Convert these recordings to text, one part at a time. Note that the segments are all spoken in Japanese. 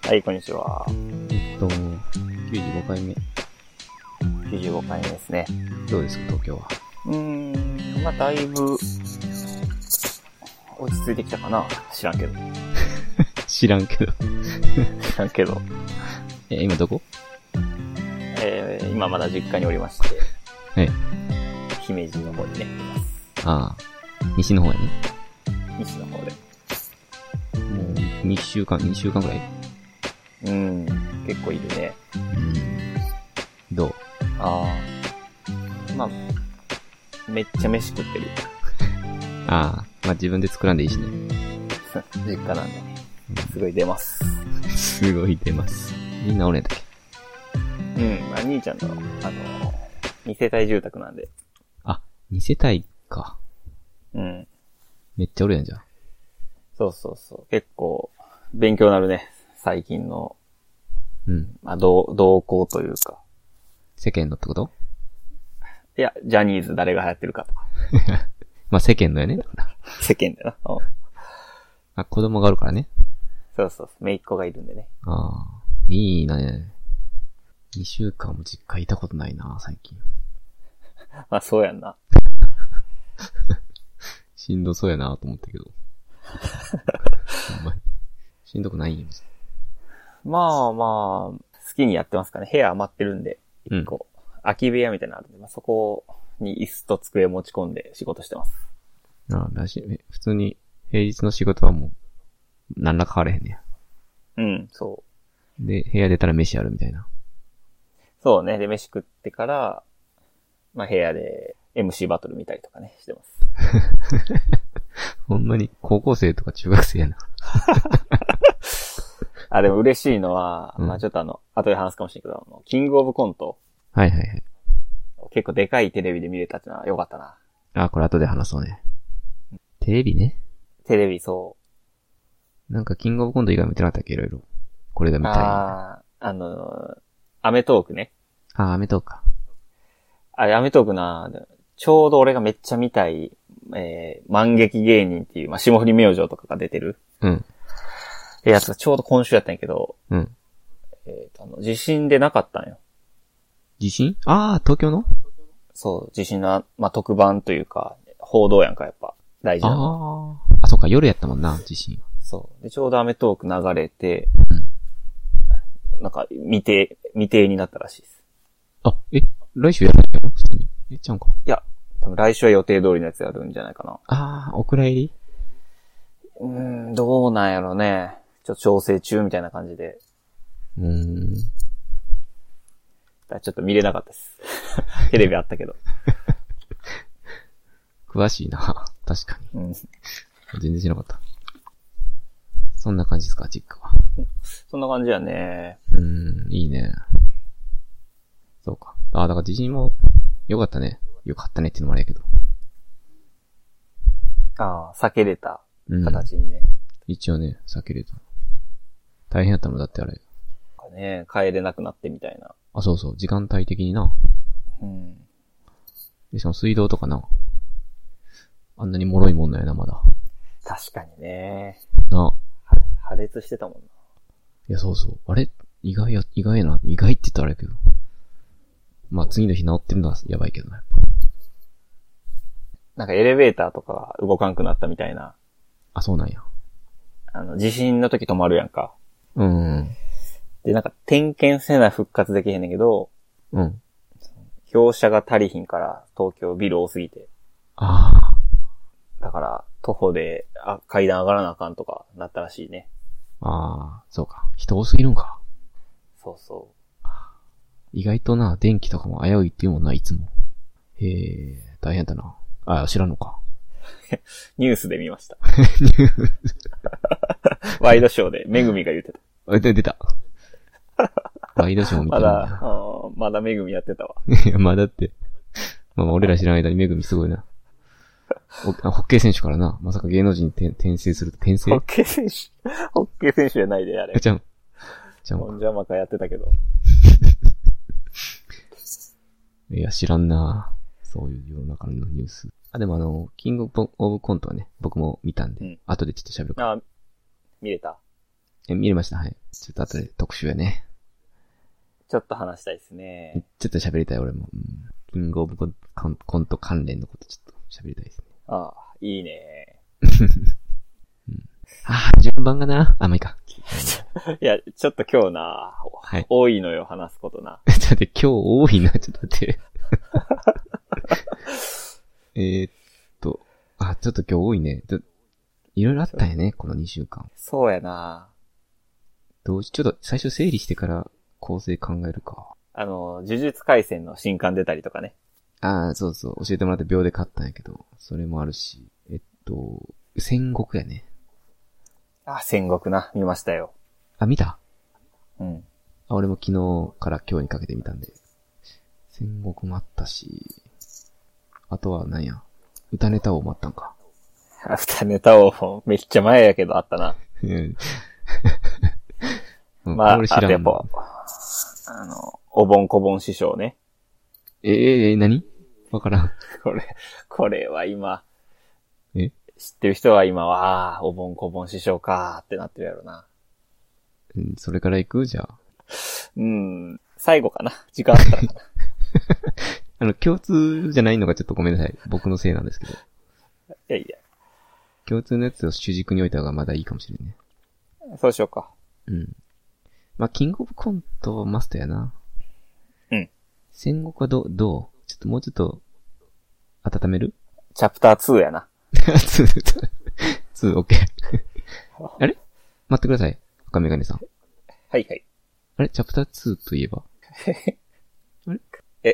はい、こんにちは。 95回目。 95回目ですね。 どうですか、東京は。 まあ、だいぶ、落ち着いてきたかな。知らんけど。 知らんけど。 知らんけど。 今どこ？ 今まだ実家におりまして。 はい。 姫路の方にね、います。 ああ、西の方やね。 西の方で。 もう、2週間くらい？ 結構いるね。 どう？ まあ、めっちゃ飯食ってる。 ああ、まあ自分で作らんでいいしね。 実家なんでね。すごい出ます。 すごい出ます。みんなおれんだっけ？ まあ、兄ちゃんの、二世帯住宅なんで。 あ、2世帯か。めっちゃおるやんじゃん。 そうそうそう。結構、勉強になるね。最近の。まあ、動向というか。 世間のってこと？ いや、ジャニーズ誰が流行ってるかとか。 まあ世間のやね。だから世間だな。 あ、子供がおるからね。 そうそうそう。姪っ子がいるんでね。 ああ、いいね。2週間も実家いたことないな、最近。 まあ、そうやんな。 しんどそうやなと思ったけど。しんどくないよ。 まあまあ、好きにやってますかね。部屋余ってるんで、一個、空き部屋みたいなのあるんで、まあ、そこに椅子と机持ち込んで仕事してます。 ああ、らしい。普通に平日の仕事はもう、何ら変われへんねや。 そう。 で、部屋出たら飯あるみたいな。 そうね。で、飯食ってから、まあ部屋で MC バトル見たりとかね、してます。 ほんまに高校生とか中学生やな。 でも嬉しいのは、まあちょっと後で話すかもしれないけど、キングオブコント。 はいはいはい。 結構でかいテレビで見れたってのは良かったな。 あ、これ後で話そうね。テレビね。 テレビ、そう。 なんかキングオブコント以外見てなかったっけ、いろいろ。これが見たい。 アメトークね。 アメトークか。 アメトークな、ちょうど俺がめっちゃ見たい、漫劇芸人っていう、まあ、霜降り明星とかが出てる。やつがちょうど今週やったんやけど。地震でなかったんよ。 地震？東京の？ そう、地震の、まあ、特番というか、報道やんか、やっぱ。大事なの。 そうか、夜やったもんな、地震。 そう。で、ちょうどアメトーク流れて、なんか、未定になったらしいです。 来週やるんじゃん普通に。ちゃうんか。 いや、多分来週は予定通りのやつやるんじゃないかな。お蔵入り？ どうなんやろね。ちょっと調整中みたいな感じで。ちょっと見れなかったです。テレビあったけど。 詳しいな。確かに。全然知らなかった。そんな感じですか、実家は。 そんな感じやね。 いいね。そうか。だから地震も良かったね。良かったねっていうのもあれやけど。 避けれた形にね。 一応ね、避けれた。大変やったのだってあれ。 ね、帰れなくなってみたいな。 そうそう、時間帯的にな。でしかも水道とかな。あんなに脆いもんなんやな、まだ。 確かにね。 な。 破裂してたもんな。いや、そうそう。あれ意外やな。意外って言ったらあれやけど。まあ、次の日治ってるのはやばいけどな、やっぱ。 なんかエレベーターとか動かんくなったみたいな。 そうなんや。 地震の時止まるやんか。で、なんか点検せな復活できへんねんけど、業者が足りひんから東京ビル多すぎて。だから、徒歩で階段上がらなあかんとかなったらしいね。 そうか。人多すぎるんか。 そうそう。 意外とな、電気とかも危ういって言うもんな、いつも。大変だな。知らんのか。 ニュースで見ました。ワイドショーで、めぐみが言ってた。 出た。ワイドショー見てるんだ。 まだめぐみやってたわ。 いや、まだって。まあ俺ら知らない間にめぐみすごいな。ホッケー選手からな、まさか芸能人に転生すると、転生？ ホッケー選手じゃないで、あれ。 じゃん。 ほんじゃまかやってたけど。 いや、知らんな。そういう世の中のニュース。でもキングオブコントはね、僕も見たんで、後でちょっと喋るか。 見れた？ 見れました、はい。ちょっと後で特集やね。 ちょっと話したいですね。 ちょっと喋りたい、俺も。うん、キングオブコント関連のことちょっと喋りたいですね。 ああ、いいね。 うん、順番がな。まあいいか。 いや、ちょっと今日な、はい、多いのよ、話すことな。 だって今日多いな、ちょっと待って。ちょっと今日多いね。いろいろあったんやね、この2週間。 そうやな。 ちょっと最初整理してから構成考えるか。 呪術廻戦の新刊出たりとかね。 そうそう。教えてもらって秒で買ったんやけど、それもあるし。戦国やね。 戦国な。見ましたよ。 見た？ うん。 俺も昨日から今日にかけて見たんで。戦国もあったし、あとは何や。歌ネタ王もあったんか。 歌ネタ王めっちゃ前やけどあったな。まあ、あとやっぱ、おぼんこぼん師匠ね。 何？わからん。 これは今、知ってる人は今は、おぼんこぼん師匠かーってなってるやろな。 それから行く？じゃあ。 最後かな。時間あったらかな。共通じゃないのがちょっとごめんなさい。僕のせいなんですけど。 いやいや。 共通のやつを主軸に置いた方がまだいいかもしれんね。 そうしようか。 まあ、キングオブコントマスターやな。戦国はどう？ちょっともうちょっと、温める？ チャプター2やな。 2、OK。あれ？待ってください。赤メガネさん。 はいはい。 あれ？チャプター2といえばあれ？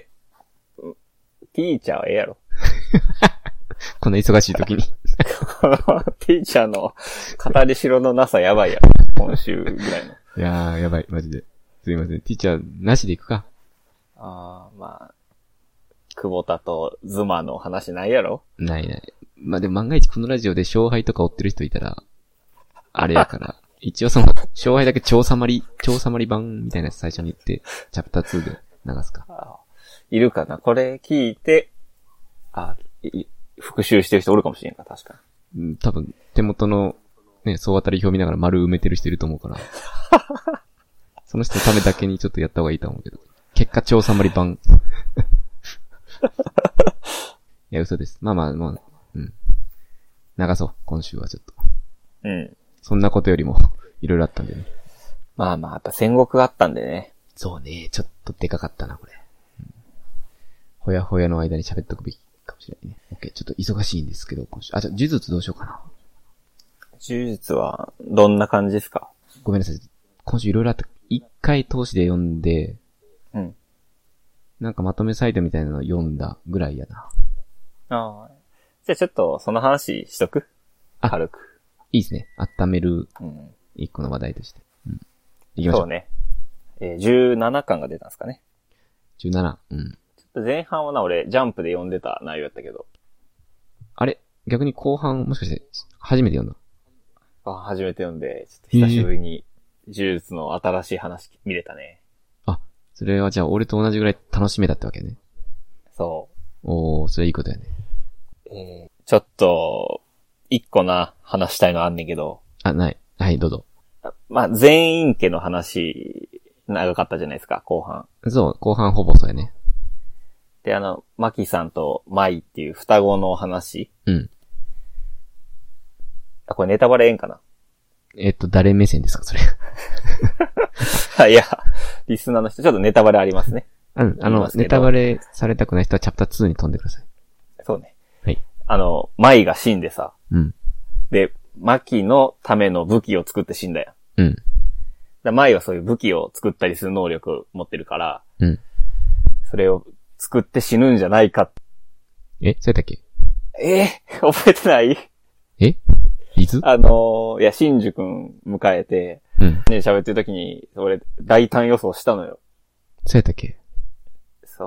ティーチャーはやろ。 こんな忙しい時に。 このティーチャーの語りしろのなさやばいやろ。今週ぐらいの。 いやー、やばい、マジで。すいません。ティーチャーなしで行くか。 まあ、久保田とズマの話ないやろ？ ない。まあでも万が一このラジオで勝敗とか追ってる人いたら、あれやから、一応その、勝敗だけ超サマリ版みたいなやつ最初に言って、チャプター2で流すか。 いるかな？これ聞いて、復習してる人おるかもしれんか、確かに。多分、手元の、ね、総当たり表見ながら丸埋めてる人いると思うから。その人のためだけにちょっとやった方がいいと思うけど。結果超サマリ版。いや、嘘です。まあ、流そう、今週はちょっと。そんなことよりも、いろいろあったんでね。 まあ、やっぱ戦国があったんでね。 そうね、ちょっとでかかったな、これ。ほやほやの間に喋っとくべきかもしれないね。OK、ちょっと忙しいんですけど、今週。じゃあ、呪術どうしようかな。 呪術は、どんな感じですか？ ごめんなさい。今週いろいろあった。一回通しで読んで、なんかまとめサイトみたいなの読んだぐらいやな。 じゃあちょっとその話しとく？軽く。 いいですね。温める一個の話題として。行きましょう。 そうね。17巻が出たんですかね。 17。ちょっと前半はな、俺、ジャンプで読んでた内容やったけど。 あれ？逆に後半、もしかして、初めて読んだ？ 初めて読んで、ちょっと久しぶりに、呪術の新しい話見れたね。 それはじゃあ俺と同じぐらい楽しめたってわけね。 そう。 それいいことやね。 ちょっと、一個話したいのあんねんけど。 ない。はい、どうぞ。 まあ、全員家の話、長かったじゃないですか、後半。 そう、後半ほぼそうやね。 で、マキさんとマイっていう双子の話。これネタバレえんかな？ 誰目線ですか、それ。 いや、リスナーの人、ちょっとネタバレありますね。 ネタバレされたくない人はチャプター2に飛んでください。 そうね。 はい。 マイが死んでさ。で、マキのための武器を作って死んだやん。マイはそういう武器を作ったりする能力を持ってるから。それを作って死ぬんじゃないか。 そうやったっけ？ 覚えてない？ いつ？ いや、真珠くん迎えて、喋ってる時に、俺、大胆予想したのよ。 そうやったっけ？ そう。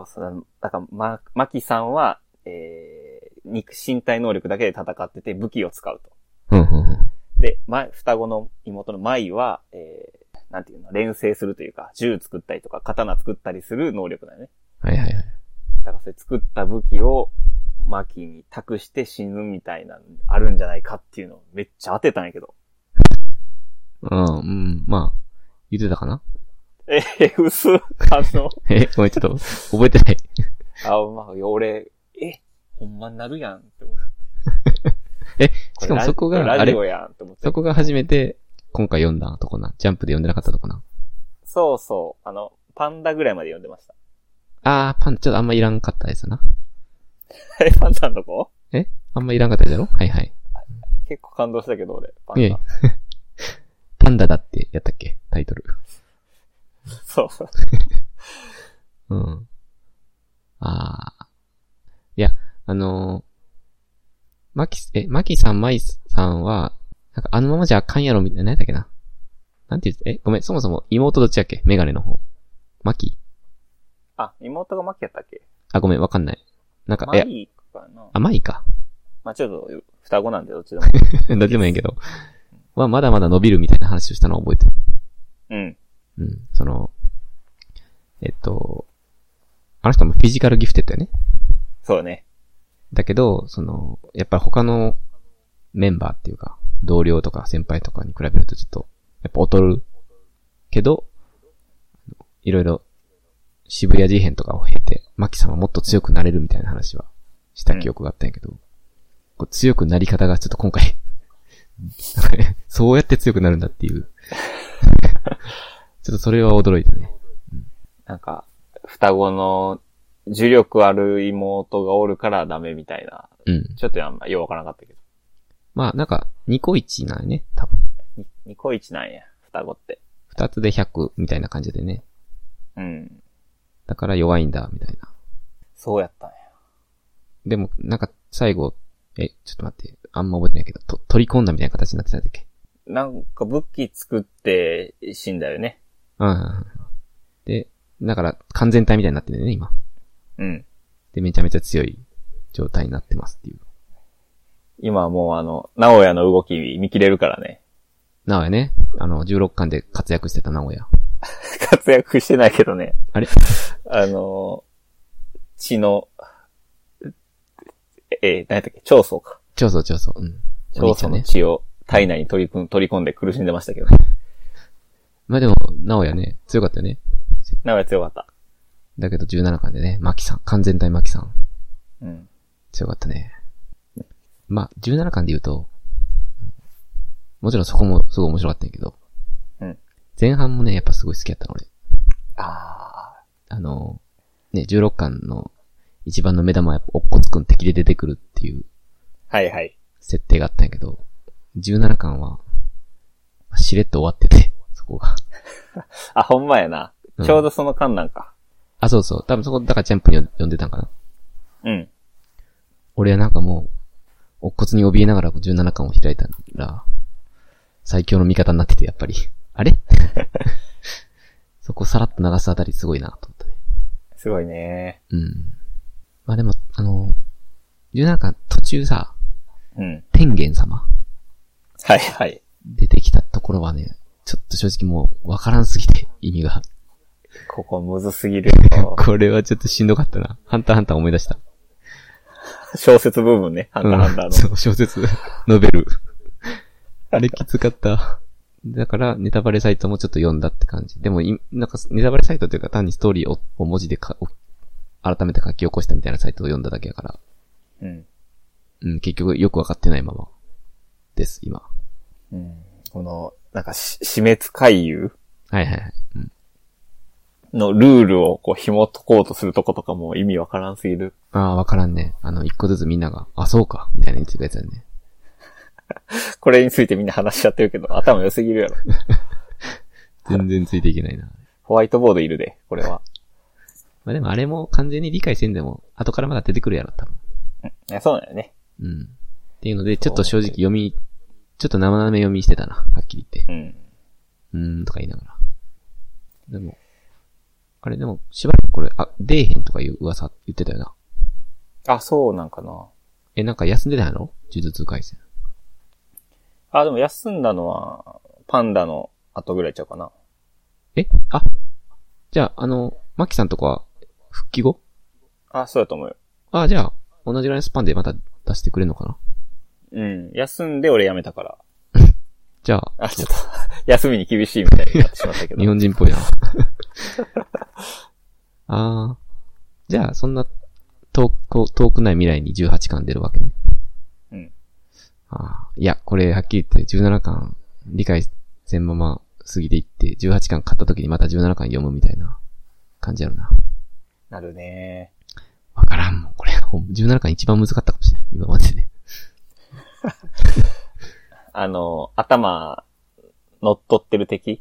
だから、マキさんは、身体能力だけで戦ってて武器を使うと。で、双子の妹のマイは、なんていうの、連成するというか、銃作ったりとか、刀作ったりする能力だよね。だからそれ作った武器を、マキに託して死ぬみたいなのあるんじゃないかっていうのをめっちゃ当てたんやけど。 まあ、言ってたかな嘘ごめん、ちょっと、覚えてない。 まあ、俺、ほんまになるやんって思って。 しかもそこが、 ラジオやんって思って。 そこが初めて、今回読んだとこな。ジャンプで読んでなかったとこな。 そうそう。パンダぐらいまで読んでました。 パンダ、ちょっとあんまいらんかったですな。 パンダのとこあんまいらんかっただろはいはい。 結構感動したけど、俺、パンダ。 パンダだってやったっけタイトル。 そう。 うん。いや、マキさん、マイさんは、なんかあのままじゃあかんやろみたいな、何やったっけな。なんて言って、ごめん、そもそも妹どっちやっけメガネの方。マキ？ 妹がマキやったっけ？ ごめん、わかんない。なんか、 マイかな。 マイか。 まあちょっと、双子なんでどっちでも。 どっちでもいいけど。まだまだ伸びるみたいな話をしたのを覚えてる。あの人もフィジカルギフテッドやね。 そうね。 だけど、やっぱり他のメンバーっていうか、同僚とか先輩とかに比べるとちょっと、やっぱ劣るけど、いろいろ渋谷事変とかを経て、マキさんはもっと強くなれるみたいな話はした記憶があったんやけど、強くなり方がちょっと今回そうやって強くなるんだっていう。ちょっとそれは驚いたね。 なんか、双子の呪力ある妹がおるからダメみたいな。ちょっとあんまようわからなかったけど。 まあなんか、ニコイチなんやね、多分。 ニコイチなんや、双子って。 二つで100みたいな感じでね。だから弱いんだ、みたいな。 そうやったんや。 でも、なんか最後、ちょっと待って、あんま覚えてないけど、取り込んだみたいな形になってたんだっけ？ なんか武器作って死んだよね。 で、だから完全体みたいになってるね、今。で、めちゃめちゃ強い状態になってますっていう。 今はもう直哉の動き見切れるからね。 直哉ね。16巻で活躍してた直哉。 活躍してないけどね。 あれ血の、何やったっけ長宗か。 長宗。 長宗の血を体内に取り込んで苦しんでましたけど。 まあでも、直哉ね、強かったよね。 直哉強かった。 だけど17巻でね、マキさん、完全体マキさん。強かったね。まあ、17巻で言うと、もちろんそこもすごい面白かったんやけど、前半もね、やっぱすごい好きやったの、俺。ね、16巻の一番の目玉はやっぱ、おっこつくん敵で出てくるっていう、設定があったんやけど、17巻は、しれっと終わってて、そこが。 ほんまやな。ちょうどその巻なんか。 そうそう。多分そこ、だからジャンプに読んでたんかな。俺はなんかもう、乙骨に怯えながら17巻を開いたら、最強の味方になってて、やっぱり。あれそこさらっと流すあたりすごいなと思ったね。 すごいね。 まあでも、17巻途中さ、天元様。出てきたところはね、ちょっと正直もうわからんすぎて、意味が。 ここむずすぎるよ。 これはちょっとしんどかったな。ハンターハンター思い出した。 小説部分ね、ハンターハンターの。 そう、小説、ノベル。あれきつかった。だから、ネタバレサイトもちょっと読んだって感じ。でも、なんか、ネタバレサイトっていうか単にストーリーを文字で改めて書き起こしたみたいなサイトを読んだだけやから。結局よくわかってないままです、今。 この、なんか、死滅回遊のルールをこう紐解こうとするとことかも意味わからんすぎる。 わからんね。一個ずつみんなが、そうか、みたいな言ってたやつやね。 これについてみんな話し合ってるけど、頭良すぎるやろ。 全然ついていけないな。 ホワイトボードいるで、これは。 まあでもあれも完全に理解せんでも、後からまだ出てくるやろ、多分。そうだよね。 っていうので、ちょっと正直ちょっと生々め読みしてたな、はっきり言って。とか言いながら。でも、でも、しばらくこれ、出えへんとかいう噂言ってたよな。 そうなんかな。 なんか休んでたやろ？呪術廻戦。 でも休んだのは、パンダの後ぐらいちゃうかな。 じゃあ、マキさんとかは、復帰後？ そうだと思うよ。 じゃあ、同じぐらいのスパンでまた出してくれるのかな？ 休んで俺辞めたから。 じゃあ。 ちょっと、 休みに厳しいみたいになってしまったけど。 日本人っぽいな。ああ。じゃあ、そんな遠くない未来に18巻出るわけね。 うん。 ああ。いや、これはっきり言って17巻理解せんまま過ぎていって18巻買った時にまた17巻読むみたいな感じやろな。 なるね。 わからんもん。これ、17巻一番難かったかもしれない。今までで。 頭、乗っ取ってる敵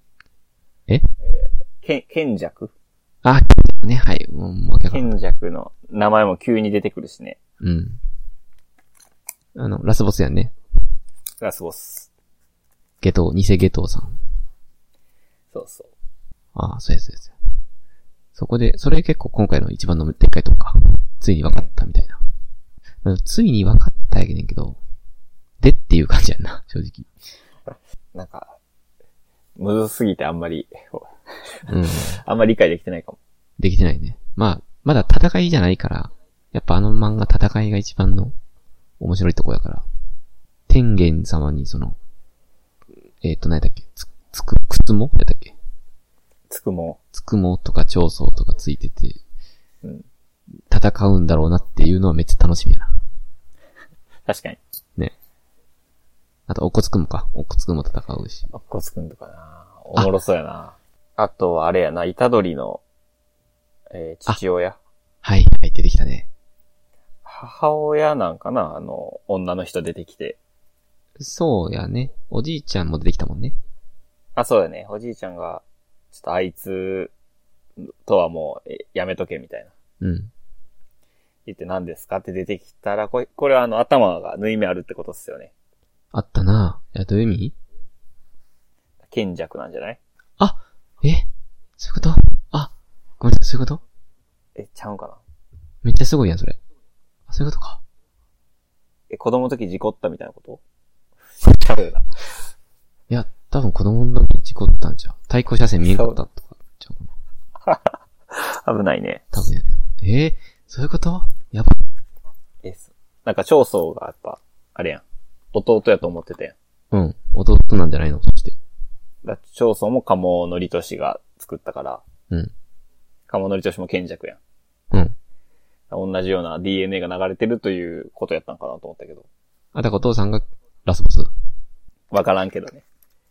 賢弱あ、ね、はい。もう賢弱の名前も急に出てくるしね。 うん。ラスボスやんね。 ラスボス。 偽ゲトウさん。 そうそう。 ああ、そうです。そこで、それ結構今回の一番のでっかいとこか。ついに分かったみたいな。ついに分かったやけねんけど、でっていう感じやんな、正直。 なんか、むずすぎてあんまり、 うん。 あんまり理解できてないかも。 できてないね。まあ、まだ戦いじゃないから、やっぱあの漫画戦いが一番の面白いとこやから。天元様に何やったっけくつもやったっけつくもとか長宗とかついてて、 うん。 戦うんだろうなっていうのはめっちゃ楽しみやな。 確かに。 ね。あと、おっこつくんもか。おっこつくんも戦うし。 おっこつくんとかな。おもろそうやな。あとはあれやな、虎杖の、父親。 はい、出てきたね。 母親なんかな、女の人出てきて。 そうやね。おじいちゃんも出てきたもんね。 あ、そうやね。おじいちゃんが、ちょっとあいつとはもう、やめとけみたいな。 うん。 言って何ですかって出てきたら、これは頭が縫い目あるってことっすよね。 あったなぁ。どういう意味？ 賢弱なんじゃない？ あ、そういうこと？あ、ごめんなさい、そういうこと？ ちゃうんかな？ めっちゃすごいやん、それ。あ、そういうことか。 子供の時事故ったみたいなこと？ちゃうよな。 いや、多分子供の時事故ったんちゃう？対向車線見えんかったとかちゃうかな。危ないね。 多分やけど。そういうこと？やば。 なんか長宗がやっぱ、あれやん。弟やと思ってたやん。 うん。弟なんじゃないの？そして。 長宗も鴨則俊が作ったから。 うん。 鴨則俊も賢弱やん。 うん。 同じような DNA が流れてるということやったんかなと思ったけど。 だからお父さんがラスボス？ わからんけどね。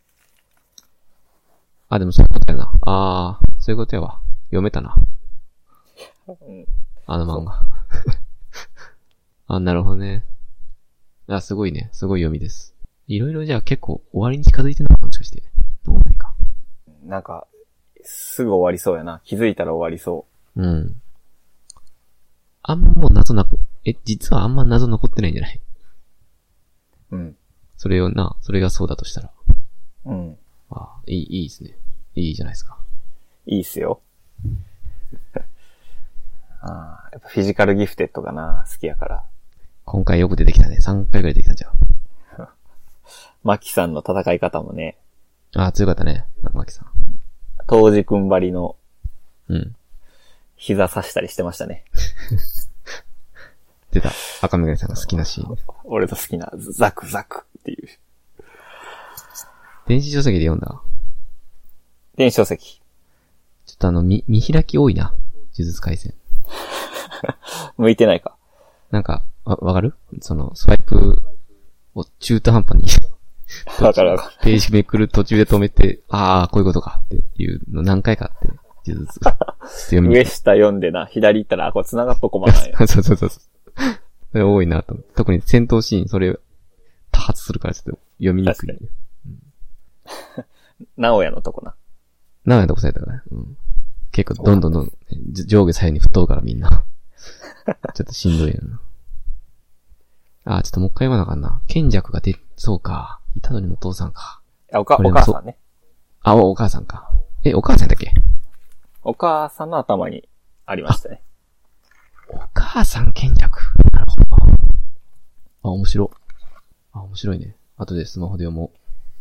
でもそういうことやな。そういうことやわ。読めたな。 うん。 漫画。なるほどね。すごいね。すごい読みです。いろいろじゃあ結構終わりに近づいてるのかもしかして。どうないか。 なんか、すぐ終わりそうやな。気づいたら終わりそう。 うん。あんまもう謎なく、実はあんま謎残ってないんじゃない？ うん。 それがそうだとしたら。 うん。 いいですね。いいじゃないですか。 いいっすよ。やっぱフィジカルギフテッドがな、好きやから。 今回よく出てきたね。3回ぐらい出てきたんじゃん。 マキさんの戦い方もね。 強かったね。マキさん。 当時くん張りの。 うん。 膝刺したりしてましたね。 出た。赤目がさんが好きなシーン。 俺の好きな、ザクザクっていう。 電子書籍で読んだ？ 電子書籍。 ちょっと見開き多いな。呪術廻戦。 向いてないか。 なんか、わかる？スワイプを中途半端にわかる。 ページめくる途中で止めて、こういうことかっていうの何回かあって、呪術。 読み上下読んでな、左行ったら、これ繋がっとこまないよ。 そう。それ多いなと思って。特に戦闘シーン、それ多発するからちょっと読みにくい。 直哉のとこな。 直哉のとこされたからね。うん。結構どんどん上下左右に吹っ飛ぶからみんな。ちょっとしんどいな。ちょっともう一回読まなあかんな。賢弱がそうか。虎杖のお父さんか。 お母さんね。 お母さんか。お母さんだっけ？ お母さんの頭にありましたね。 お母さん賢弱。なるほど。面白いね。後でスマホで読も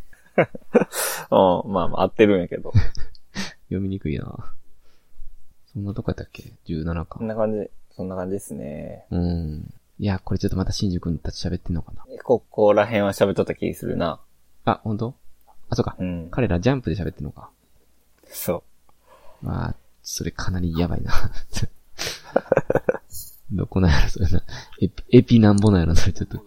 う。まあ合ってるんやけど。 読みにくいな。そんなとこやったっけ ?17 巻。 そんな感じですね。 うん。いや、これちょっとまた新宿君たち喋ってんのかな。 ここら辺は喋っとった気するな。 ほんと？ あ、そうか。 うん。 彼らジャンプで喋ってるのか。 そう。 まあ、それかなりやばいな。どこなんやろ、それな。エピなんぼなんやろ、それちょっと。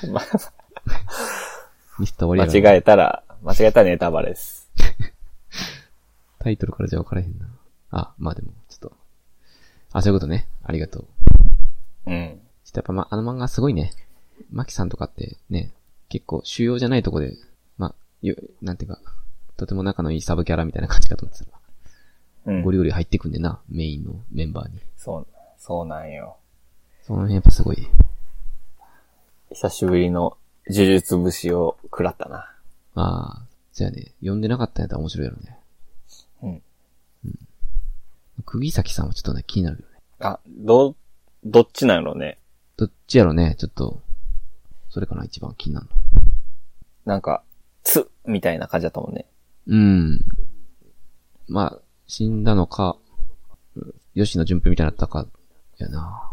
ミスターオリアル。 間違えたらネタバレです。 タイトルからじゃ分からへんな。あ、まあでも、ちょっと。あ、そういうことね。ありがとう。 うん。 ちょっとやっぱあの漫画すごいね。マキさんとかってね、結構主要じゃないとこで、なんていうか、とても仲のいいサブキャラみたいな感じかと思ってたら。うん。ゴリゴリ入ってくんでな、メインのメンバーに。 そうなんよ。 その辺やっぱすごい。 久しぶりの呪術節を食らったな。 ああ、じゃあね、読んでなかったんやったら面白いやろね。うん。うん。釘崎さんはちょっとね、気になるよね。 あ、どっちなんやろうね。 どっちやろね、ちょっと、それかな、一番気になるの。 なんか、みたいな感じだったもんね。 うん。まあ、死んだのか、吉野順平みたいになったか、やな。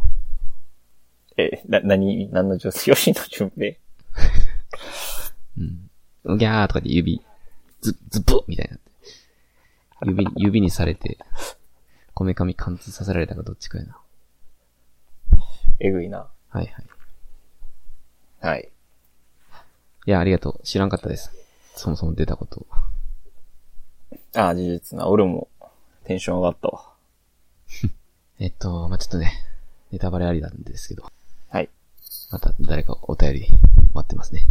何の女性吉野順平うん。ギャーとかで指、ズブッみたいになって。指にされて、こめかみ貫通させられたかどっちかやな。 えぐいな。 はいはい。 はい。 いや、ありがとう。知らんかったです。そもそも出たこと。 ああ、事実な。俺もテンション上がったわ。 まあ、ちょっとね、ネタバレありなんですけど。 はい。 また誰かお便り待ってますね。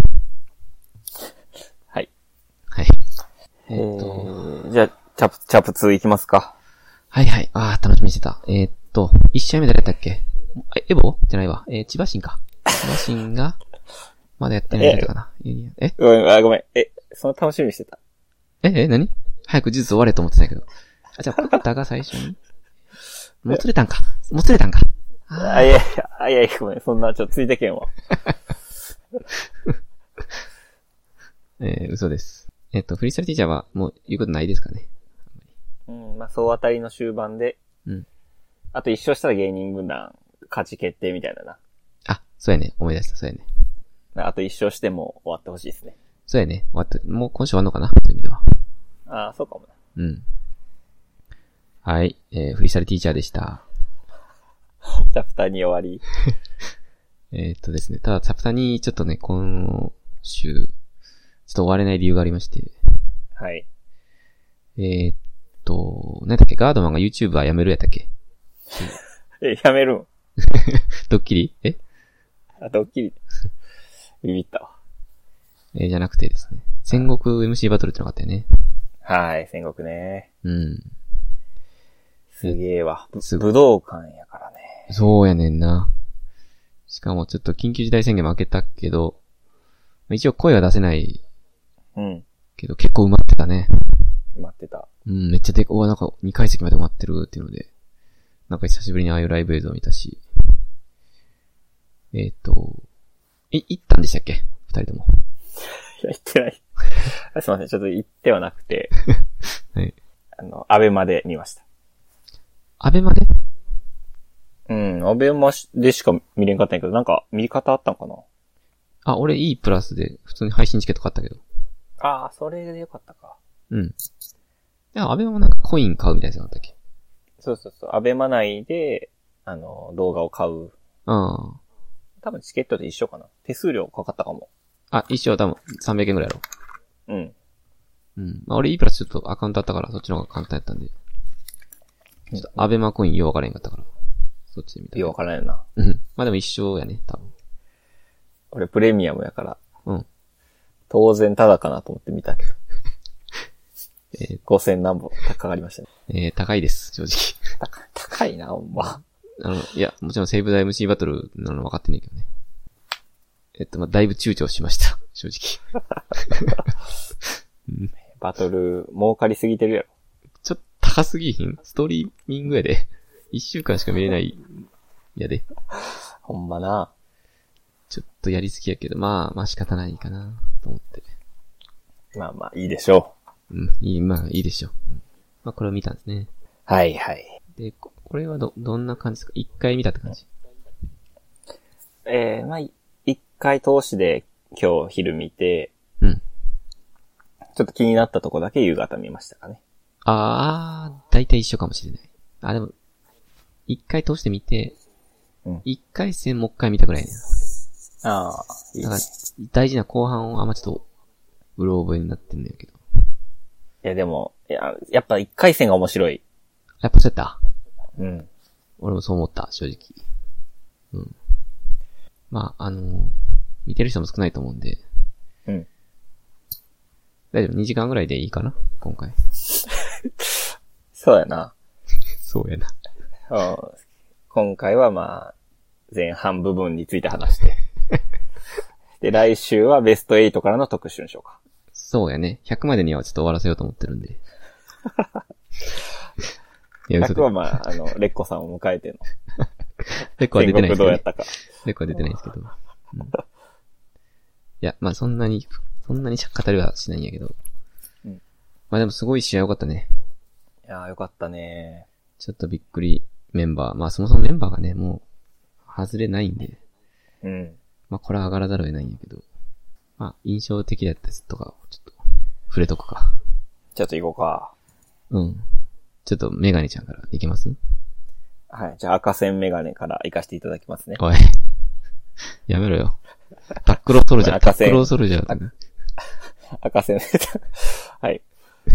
はい。 はい。 じゃあ、チャプ2いきますか。 はいはい。ああ、楽しみにしてた。1試合目誰やったっけ？エボじゃないわ。千葉新か。千葉新が、まだやってないんだったかな。 ごめん。その楽しみにしてた。 何？早く呪術終われと思ってたけど。あ、じゃあ、プクタが最初にもつれたんか。 いや、ごめん。そんな、ついてけんわ。 嘘です。フリースタイルティーチャーはもう言うことないですかね。 うん、まあ、総当たりの終盤で。うん。あと一勝したら芸人軍団勝ち決定みたいなな。 あ、そうやね。思い出した、そうやね。 あと一勝しても終わってほしいですね。 そうやね。終わって、もう今週終わんのかなそういう意味では。 ああ、そうかもな。 うん。はい。フリースタイルティーチャーでした。 チャプター2終わり。 ですね。ただ、チャプター2ちょっとね、今週、ちょっと終われない理由がありまして。 はい。 何だっけ、ガードマンが YouTube はやめるやったっけやめるんドッキリドッキリビビったわ。 じゃなくてですね。戦国 MC バトルってのがあったよね。 はい、戦国ね。 うん。 すげえわ。武道館やからね。 そうやねんな。しかもちょっと緊急事態宣言も明けたけど、一応声は出せない。 うん。 けど結構埋まってたね。 埋まってた。 うん、めっちゃなんか2階席まで埋まってるっていうので、なんか久しぶりにああいうライブ映像を見たし。行ったんでしたっけ？二人とも。 いや、行ってない。すいません、ちょっと行ってはなくて。 はい。 アベマで見ました。 アベマで？ うん、アベマでしか見れんかったんやけど、なんか見方あったんかな？ あ、俺 E プラスで普通に配信チケット買ったけど。 ああ、それでよかったか。 うん。いや、アベマもなんかコイン買うみたいなやつだったっけ？ そう。アベマ内で、動画を買う。 ああ。 多分チケットで一緒かな。手数料かかったかも。 あ、一緒は多分300円くらいやろ。 うん。 うん。まあ、俺 E プラスちょっとアカウントあったからそっちの方が簡単やったんで。ちょっとアベマコインよう分からへんかったから。そっちで見た。 よう分からんよな。 うん。まあでも一緒やね、多分。 俺プレミアムやから。 うん。 当然タダかなと思って見たけど。5000何本かかりましたね。 高いです、正直。 高いな、ほんま。 いや、もちろんセーブダ MC バトルなの分かってんねんけどね。まあ、だいぶ躊躇しました、正直。 うん、バトル、儲かりすぎてるやろ。 ちょっと高すぎひん？ストリーミングやで。1週間しか見れない、やで。 ほんまな。 ちょっとやりすぎやけど、まあ仕方ないかな、と思って。 まあ、いいでしょう。うん、まあいいでしょう。まあこれを見たんですね。 はいはい。 で、これはどんな感じですか？一回見たって感じ？ まあ、一回通しで今日昼見て、 うん。 ちょっと気になったとこだけ夕方見ましたかね。 だいたい一緒かもしれない。でも、一回通してみて、一回戦もう一回見たくらいね。 いいね。 だから、大事な後半をあんまちょっと、うろ覚えになってるんだけど。 いやでも、やっぱ一回戦が面白い。 やっぱそうやった？ うん。 俺もそう思った、正直。うん。まあ、見てる人も少ないと思うんで。 うん。 大丈夫？ 2 時間ぐらいでいいかな今回。 そうやな。 そうやな。 今回はまあ、前半部分について話して。で、来週はベスト8からの特集にしようか。 そうやね。100までにはちょっと終わらせようと思ってるんで。 100はまあ、レッコさんを迎えての。 レッコは出てないですけど、ね。 どうやったか。 レッコは出てないですけど。うん、いや、まあそんなに語りはしないんやけど。うん、まあでもすごい試合良かったね。 いやーよかったね。 ちょっとびっくりメンバー。まあそもそもメンバーがね、もう、外れないんで。 うん。 まあこれは上がらざるを得ないんやけど。まあ印象的だったやつとかをちょっと触れとくか。 ちょっと行こうか。 うん。ちょっとメガネちゃんから行きます？ はい。じゃあ赤線メガネから行かせていただきますね。 おい。やめろよ。タックローソルジャー。 赤線。 タックローソルジャー。 赤線。はい。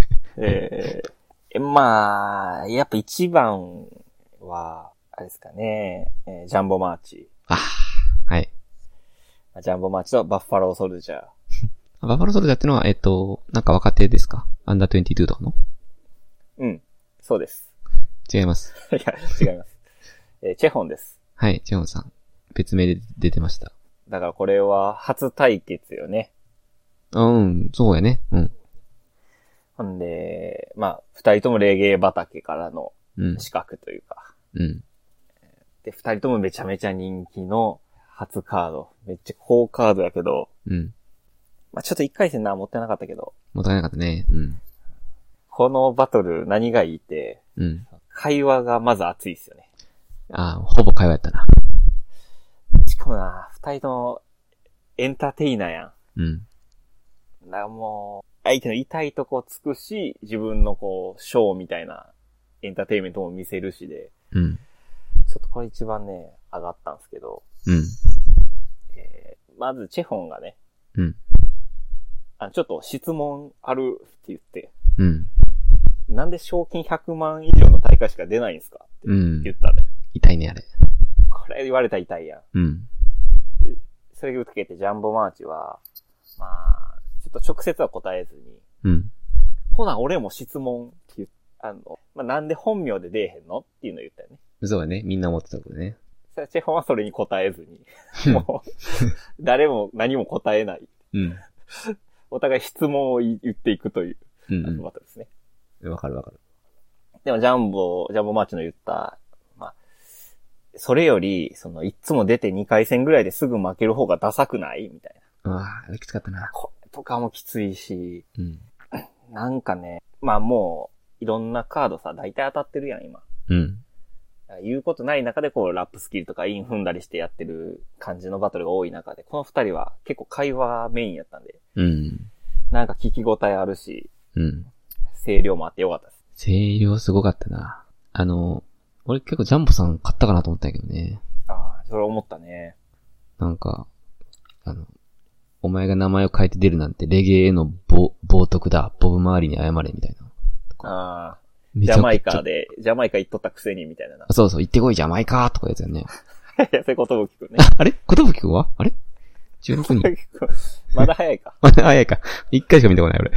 まあ、やっぱ一番は、あれですかね、ジャンボマーチ。 はい。 ジャンボマーチとバッファローソルジャー。 バッファローソルジャーってのは、なんか若手ですか？アンダー22とかの？ うん。そうです。 違います。 いや、違います。チェホンです。 はい、チェホンさん。別名で出てました。 だからこれは初対決よね。 うん、そうやね。うん。 ほんで、まあ、二人ともレゲエ畑からの資格というか。 うん。 で、二人ともめちゃめちゃ人気の初カード。めっちゃ高カードやけど。 うん。 まあちょっと一回戦持ってなかったけど。 持ってなかったね。うん。 このバトル何がいいって、 うん。 会話がまず熱いっすよね。 ほぼ会話やったな。 しかもな、二人ともエンターテイナーやん。 うん。 だからもう、相手の痛いとこつくし、自分のこう、ショーみたいなエンターテイメントも見せるしで。 うん。 ちょっとこれ一番ね、上がったんですけど。 うん。 まずチェホンがね。 うん。 ちょっと質問あるって言って。 うん。 なんで賞金100万以上の大会しか出ないんですかって言ったんだよ。 痛いね、あれ。 これ言われたら痛いやん。 うん。 それを受けてジャンボマーチは、まあ、ちょっと直接は答えずに。 うん。 ほな、俺も質問って言まあ、なんで本名で出えへんのっていうのを言ったよね。 そうだね。みんな思ってたことね。 チェホンはそれに答えずに。もう、誰も何も答えない。 うん。 お互い質問を言っていくという、バトルですね。 わかるわかる。 でもジャンボマーチの言った、まあ、それより、いつも出て2回戦ぐらいですぐ負ける方がダサくないみたいな。あれきつかったな。 これとかもきついし、 うん。 なんかね、まあもう、いろんなカードさ、大体当たってるやん、今。 うん。 言うことない中でこう、ラップスキルとかイン踏んだりしてやってる感じのバトルが多い中で、この二人は結構会話メインやったんで、 うん。 なんか聞き応えあるし、 うん。 声量もあってよかったです。 声量すごかったな。俺結構ジャンボさん買ったかなと思ったんやけどね。 ああ、それ思ったね。 なんか、お前が名前を変えて出るなんてレゲエへの冒涜だ。ボブ周りに謝れみたいな。 ああ。ジャマイカ行っとったくせにみたいな。 そうそう、行ってこいジャマイカとかやつやね。 いや、それことぶきくんね。 あれことぶきくんはあれ ?16 人。 まだ早いか。 まだ早いか。1回しか見たことない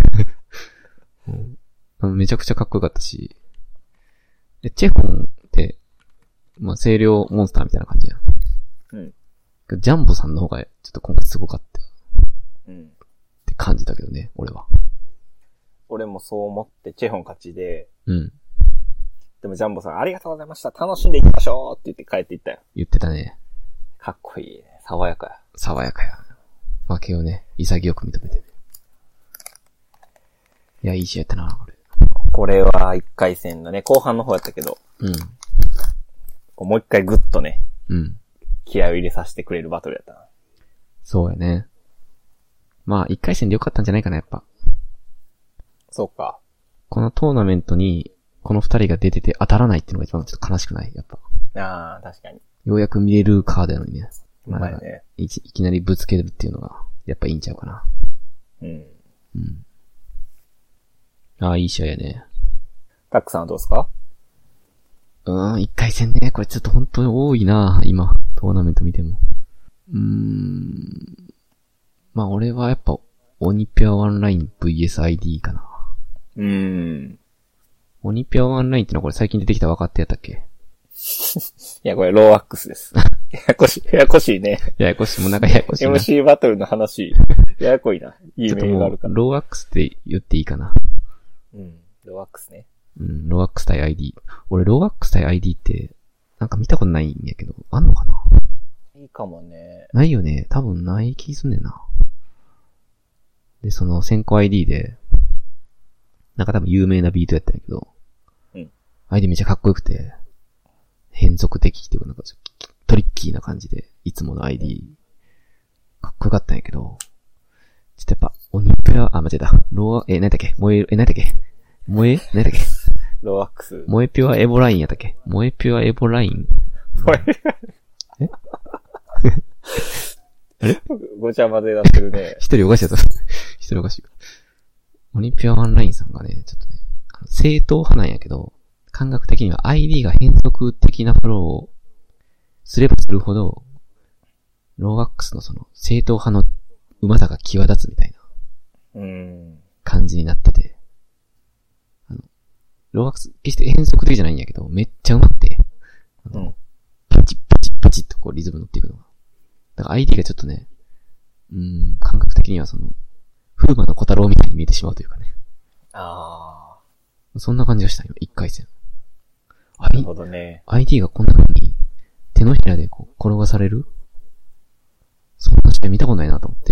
俺。めちゃくちゃかっこよかったし。チェホンって、まあ、声量モンスターみたいな感じやん。 うん。 ジャンボさんの方がちょっと今回すごかった。 うん。 って感じたけどね、俺は。 俺もそう思ってチェホン勝ちで。 うん。 でもジャンボさんありがとうございました。楽しんでいきましょうって言って帰っていったよ。 言ってたね。 かっこいいね。爽やかや。 爽やかや。負けをね、潔く認めてね。いや、いい試合やったな、これ。 これは1回戦のね、後半の方やったけど。 うん。 もう一回グッとね。 うん。 気合を入れさせてくれるバトルやったな。 そうやね。まあ、1回戦でよかったんじゃないかな、やっぱ。 そうか。 このトーナメントに、この二人が出てて当たらないっていうのが一番ちょっと悲しくないやっぱ。 ああ、確かに。 ようやく見れるカードやのにね。 まあね。 いきなりぶつけるっていうのが、やっぱいいんちゃうかな。 うん。 うん。ああ、いい試合やね。 タックさんはどうですか？ 一回戦ね。これちょっと本当に多いな、今。トーナメント見ても。まあ俺はやっぱ、オニピュアワンライン VSID かな。オニピュアワンラインってのはこれ最近出てきた若手やったっけ？ いや、これローアックスです。ややこしいね。 ややこしい、もうなんかややこしいな。 MC バトルの話、ややこいな。いいメールがあるから。 ローアックスって言っていいかな。 ローアックスね。 ローアックス対 ID。俺、ローアックス対 ID って、なんか見たことないんやけど、あんのかな？ いいかもね。 ないよね。多分ない気すんねんな。で、その先行 ID で、なんか多分有名なビートやったんやけど、ID めっちゃかっこよくて、変則的っていうかなんかトリッキーな感じで、いつもの ID、かっこよかったんやけど、ちょっとやっぱ、オニピュア、間違えた。何だっけ何だっけローアックス。 萌えピュアエボラインやったっけ？萌えピュアエボラインあれごちゃ混ぜ出してるね。 一人おかしいやつ。一人おかしい。オニピュアワンラインさんがね、ちょっとね、正統派なんやけど、感覚的には ID が変則的なフローをすればするほど、ローワックスのその正統派のうまさが際立つみたいな感じになってて、ローワックス決して変則的じゃないんやけど、めっちゃうまくて、パチッパチッパチッとこうリズム乗っていくのが。だから ID がちょっとね、感覚的にはその、風魔の小太郎みたいに見えてしまうというかね。そんな感じがしたよ、一回戦。 なるほどね。 ID がこんな風に手のひらでこう転がされる？そんな試合見たことないなと思って。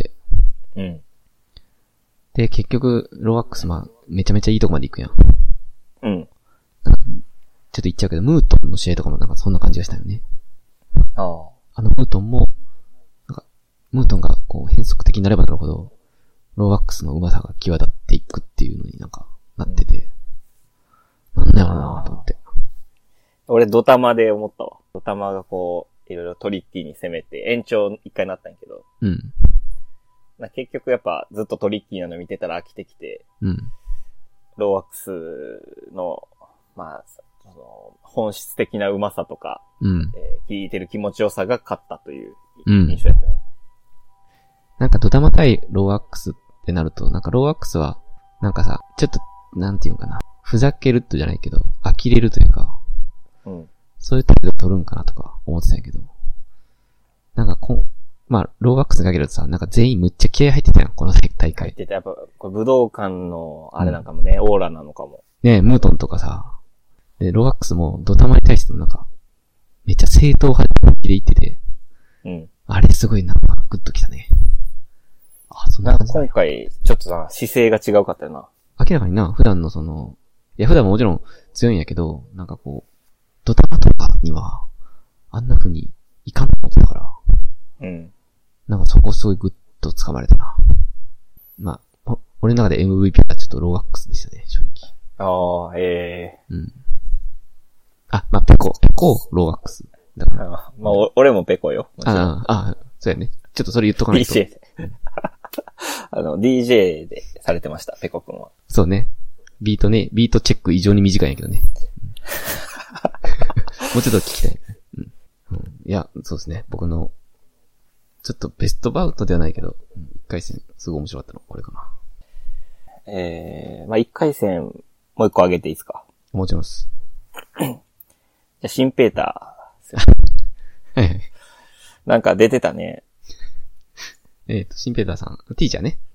で、結局、ローワックスめちゃめちゃいいとこまで行くやん。なんかちょっと言っちゃうけど、ムートンの試合とかもなんかそんな感じがしたよね。ムートンも、ムートンがこう変則的になればなるほど、ローワックスの上手さが際立っていくっていうのになんかなってて、なんだろうなぁと思って。 俺ドタマで思ったわ。ドタマがこう、いろいろトリッキーに攻めて、延長一回なったんやけど、結局やっぱずっとトリッキーなの見てたら飽きてきて、ローワックスの、その本質的な上手さとか、聞いてる気持ちよさが勝ったという印象やったね。 なんかドタマ対ローワックスってなると、なんかローワックスは、なんかさ、ちょっと、なんていうのかな、ふざけるとじゃないけど、呆れるというか、そういう態度取るんかなとか思ってたんやけど、なんかローワックスにかけるとさ、なんか全員むっちゃ気合入ってたやん、この大会。入ってた。やっぱ、これ武道館の、あれなんかもね、オーラなのかも。 ねえ、ムートンとかさ、で、ローワックスもドタマに対してもなんか、めっちゃ正統派で言ってて、あれすごいなんかグッときたね。そんな感じだ。 今回、ちょっとさ、姿勢が違うかったよな。 明らかにな、普段のその、普段ももちろん強いんやけど、なんかこう、ドタマとかには、あんな風にいかんと思ってたから、なんかそこすごいグッと掴まれたな。俺の中で MVP はちょっとローワックスでしたね、正直。ペコ、ローワックス。だから。 俺もペコよ。 そうやね。ちょっとそれ言っとかないと。 DJ DJ でされてました、ペコ君は。 そうね。ビートチェック異常に短いんやけどね。もうちょっと聞きたい。いや、そうですね。僕の、ちょっとベストバウトではないけど、一回戦、すごい面白かったの、これかな。 一回戦、もう一個上げていいですか？ もちろんです。 じゃあ、シンペーター。 はい。 なんか出てたね。 シンペーターさん、ティーチャーね。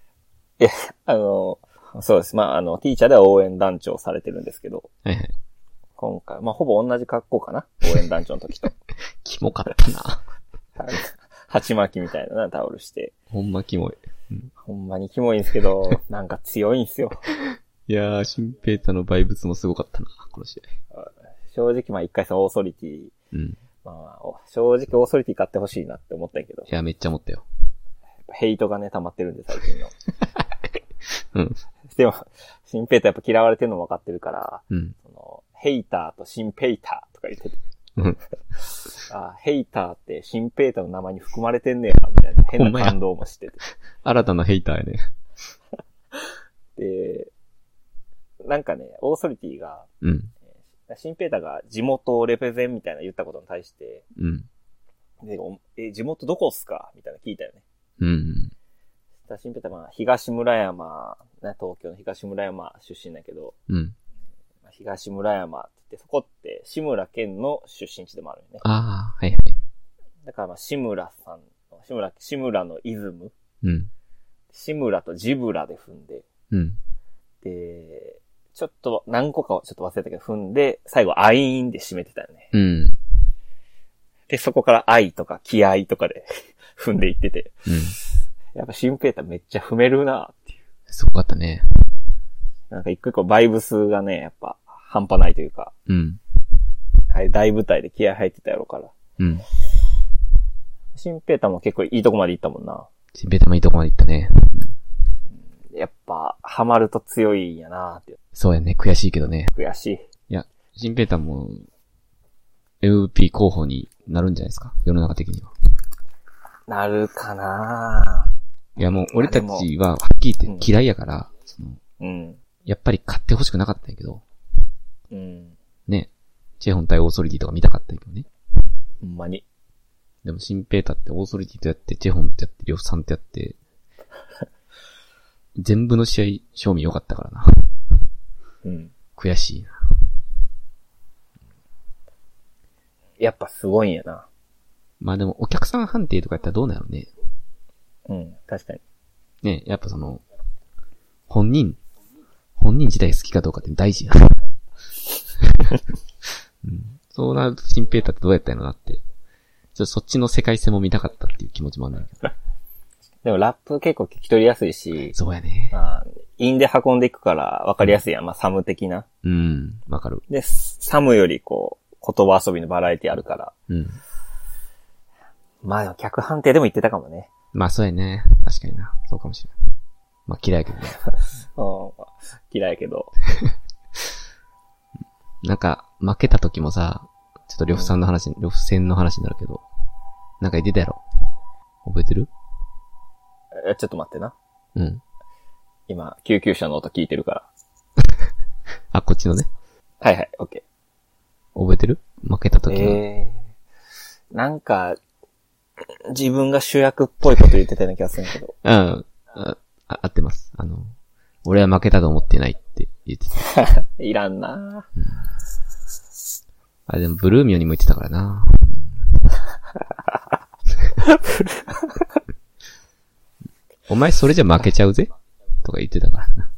そうです。ティーチャーでは応援団長されてるんですけど。今回、ほぼ同じ格好かな？応援団長の時と。 キモかったな。 鉢巻きみたいなタオルして。 ほんまキモい。 ほんまにキモいんですけど、なんか強いんすよ。 いやー、シンペーターのバイブスもすごかったな、この試合。 正直一回戦オーソリティ。正直オーソリティ買ってほしいなって思ったけど。 いや、めっちゃ思ったよ。 ヘイトがね、溜まってるんで、最近の。 でも、シンペーターやっぱ嫌われてるのも分かってるから、 うん。 ヘイターとシンペーターとか言ってて。 うん。 ヘイターってシンペーターの名前に含まれてんねや、みたいな変な感動もしてて。 新たなヘイターやね。 で、なんかね、オーソリティが、 うん。 シンペーターが地元をレペゼンみたいな言ったことに対して、 うん。 で、地元どこっすかみたいな聞いたよね。 うん。 シンペーターは東村山、ね、東京の東村山出身だけど、 うん。 東村山って言って、そこって志村けんの出身地でもあるよね。 ああ、はいはい。 だから志村さんの、志村のイズム。 うん。 志村とジブラで踏んで、 うん。 で、ちょっと何個かはちょっと忘れたけど踏んで、最後アイーンで締めてたよね。 うん。 で、そこから愛とか気合とかで踏んでいってて。 うん。 やっぱシンペーターめっちゃ踏めるなっていう。 すごかったね。 なんか一個一個バイブスがね、やっぱ半端ないというか。 うん。 はい、大舞台で気合入ってたやろから。 うん。 シンペーターも結構いいとこまで行ったもんな。 シンペーターもいいとこまで行ったね。 やっぱ、ハマると強いんやなって。 そうやね。悔しいけどね。 悔しい。 いや、シンペーターも、MVP 候補になるんじゃないですか。世の中的には。 なるかないやもう、俺たちは、はっきり言って嫌いやから、 うん。 やっぱり勝ってほしくなかったんやけど。 うん。 ね。チェホン対オーソリティとか見たかったんやけどね。 ほんまに。 でも、シンペーターってオーソリティとやって、チェホンってやって、リョフさんってやって、全部の試合、賞味良かったからな。 うん。 悔しいな。 やっぱすごいんやな。 まあでも、お客さん判定とかやったらどうなのね。 うん、確かに。 ね、やっぱ本人自体好きかどうかって大事や。うん、そうなると、シンペーターってどうやったんやろなって。ちょっとそっちの世界線も見たかったっていう気持ちもあるんだけど。 でもラップ結構聞き取りやすいし。 そうやね。 韻で運んでいくから分かりやすいやん。まあ、サム的な。 うん、わかる。 で、サムよりこう、言葉遊びのバラエティあるから。 うん。 まあでも客判定でも言ってたかもね。 まあそうやね。確かにな。そうかもしれない。まあ嫌いやけどね。 嫌いやけど。 なんか、負けた時もさ、ちょっと呂布戦の話になるけど、なんか言ってたやろ。覚えてる？ ちょっと待ってな。 うん。 今、救急車の音聞いてるから。 あ、こっちのね。 はいはい、オッケー。覚えてる？負けた時の。 なんか、自分が主役っぽいこと言ってたような気がするんだけど。 うん。合ってます。俺は負けたと思ってないって言ってた。いらんなぁ、 うん。でもブルーミオにも言ってたからな、お前それじゃ負けちゃうぜとか言ってたからな。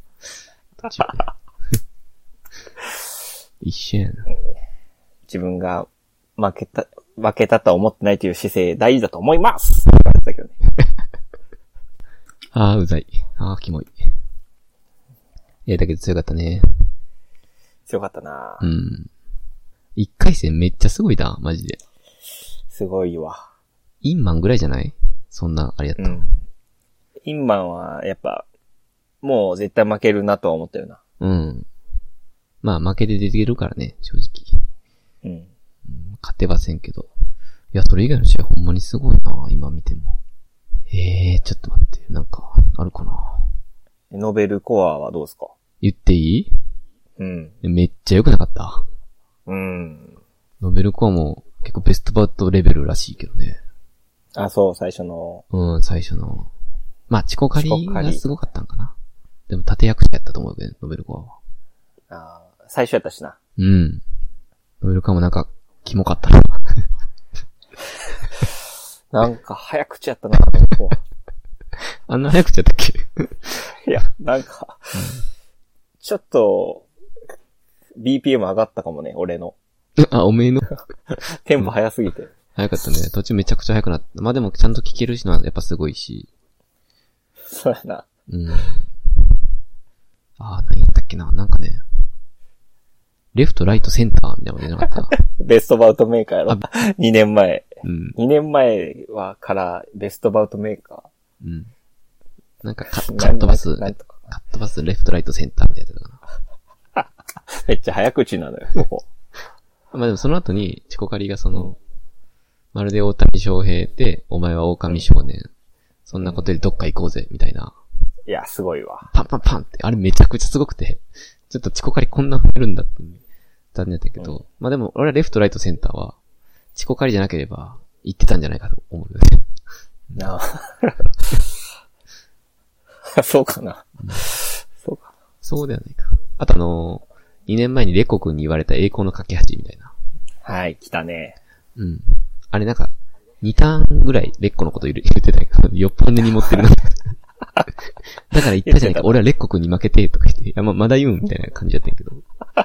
一緒やな。 自分が負けたと思ってないという姿勢大事だと思いますだけどね。 ああ、うざい。ああ、キモい。だけど強かったね。 強かったなうん。一回戦めっちゃすごいな、マジで。 すごいわ。 インマンぐらいじゃない？そんな、あれやった。 インマンは、やっぱ、もう絶対負けるなとは思ったよな。 うん。まあ負けて出てるからね、正直。うん。勝てはせんけど。いや、それ以外の試合ほんまにすごいな、今見ても。ちょっと待って、なんか、あるかな。 ノベルコアはどうですか？ 言っていい？ うん。 めっちゃ良くなかった。 うん。 ノベルコアも結構ベストバウトレベルらしいけどね。 あ、そう、最初の。 うん、最初の。まあ、チコカリがすごかったんかな。でも立役者やったと思うけど、ノベルコアは。最初やったしな。 うん。ノベルコアもなんか、キモかったな。 なんか、早口やったな、 あんな早口やったっけ？ いや、なんか、ちょっと、BPM 上がったかもね、俺の。 あ、おめえのテンポ早すぎて。 早かったね。途中めちゃくちゃ早くなった。まあでもちゃんと聞けるのはやっぱすごいし。 そうやな。 うん。何やったっけな。なんかね。レフト、ライト、センターみたいなの出なかった。 ベストバウトメーカーやろ。2年前。 うん。 2年前はからベストバウトメーカー。 うん。なんかカットバス。 カットパス、レフト、ライト、センターみたいなやつだな。めっちゃ早口なのよ、ここ。 まあでもその後に、チコカリがまるで大谷翔平で、お前は狼少年。そんなことでどっか行こうぜ、みたいな。 いや、すごいわ。 パンパンパンって、あれめちゃくちゃすごくて、ちょっとチコカリこんな増えるんだって、残念だったけど、まあでも、俺はレフト、ライト、センターは、チコカリじゃなければ、行ってたんじゃないかと思うよね。 なあ。そうかな。そうか。 そうではないか。あと2年前にレコ君に言われた栄光の架け橋みたいな。 はい、来たね。 うん。あれなんか、2ターンぐらいレッコのこと言ってたけど、よっぽど根に持ってるな。だから言ったじゃないか、俺はレッコ君に負けて、とか言って、いや、まだ言うんみたいな感じだったんやけど。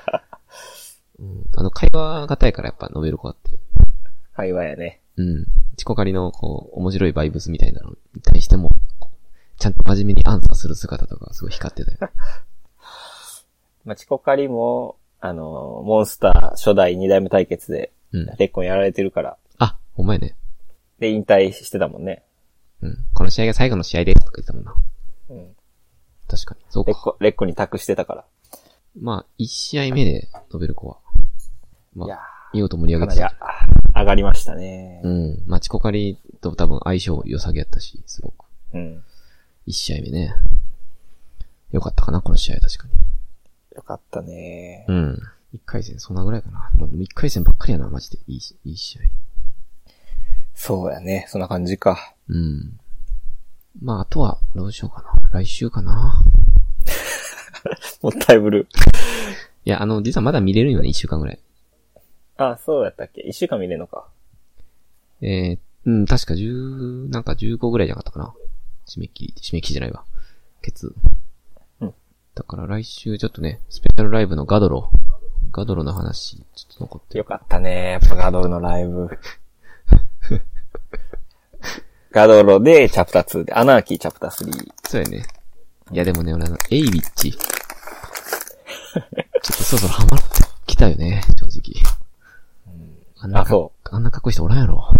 会話がたいからやっぱ述べる子あって。 会話やね。 うん。チコカリの、面白いバイブスみたいなのに対しても、ちゃんと真面目にアンサーする姿とかすごい光ってたよ。 まあ、チコカリも、モンスター初代2代目対決で、レッコンやられてるから。 あ、ほんまやね。 で、引退してたもんね。 うん。この試合が最後の試合ですとか言ってたもんな。うん。確かに。そうか。 レッコに託してたから。 まあ、1試合目で、ノベルコは。まあ、 いや見事盛り上げてた。 上がりましたね。 うん。まあ、チコカリと多分相性良さげやったし、すごく。 うん。 1試合目ね。よかったかな、この試合確かに。 よかったね。 うん。1回戦、そんなぐらいかな。もう1回戦ばっかりやな、マジで。いい試合。 そうやね。そんな感じか。 うん。まあ、あとは、どうしようかな。来週かな。 もったいぶる。 いや、実はまだ見れるよね、1週間ぐらい。 あ、そうやったっけ ?1 週間見れるのか。 うん、確かなんか15ぐらいじゃなかったかな。締め切りじゃないわ。うん。だから来週ちょっとね、スペシャルライブのガドロの話、ちょっと残ってる。 よかったね。やっぱガドロのライブ。ガドロでチャプター2で、アナーキーチャプター3。 そうやね。いやでもね、俺エイビッチ。ちょっとそろそろハマってきたよね、正直。あんなかっこいい人おらんやろ。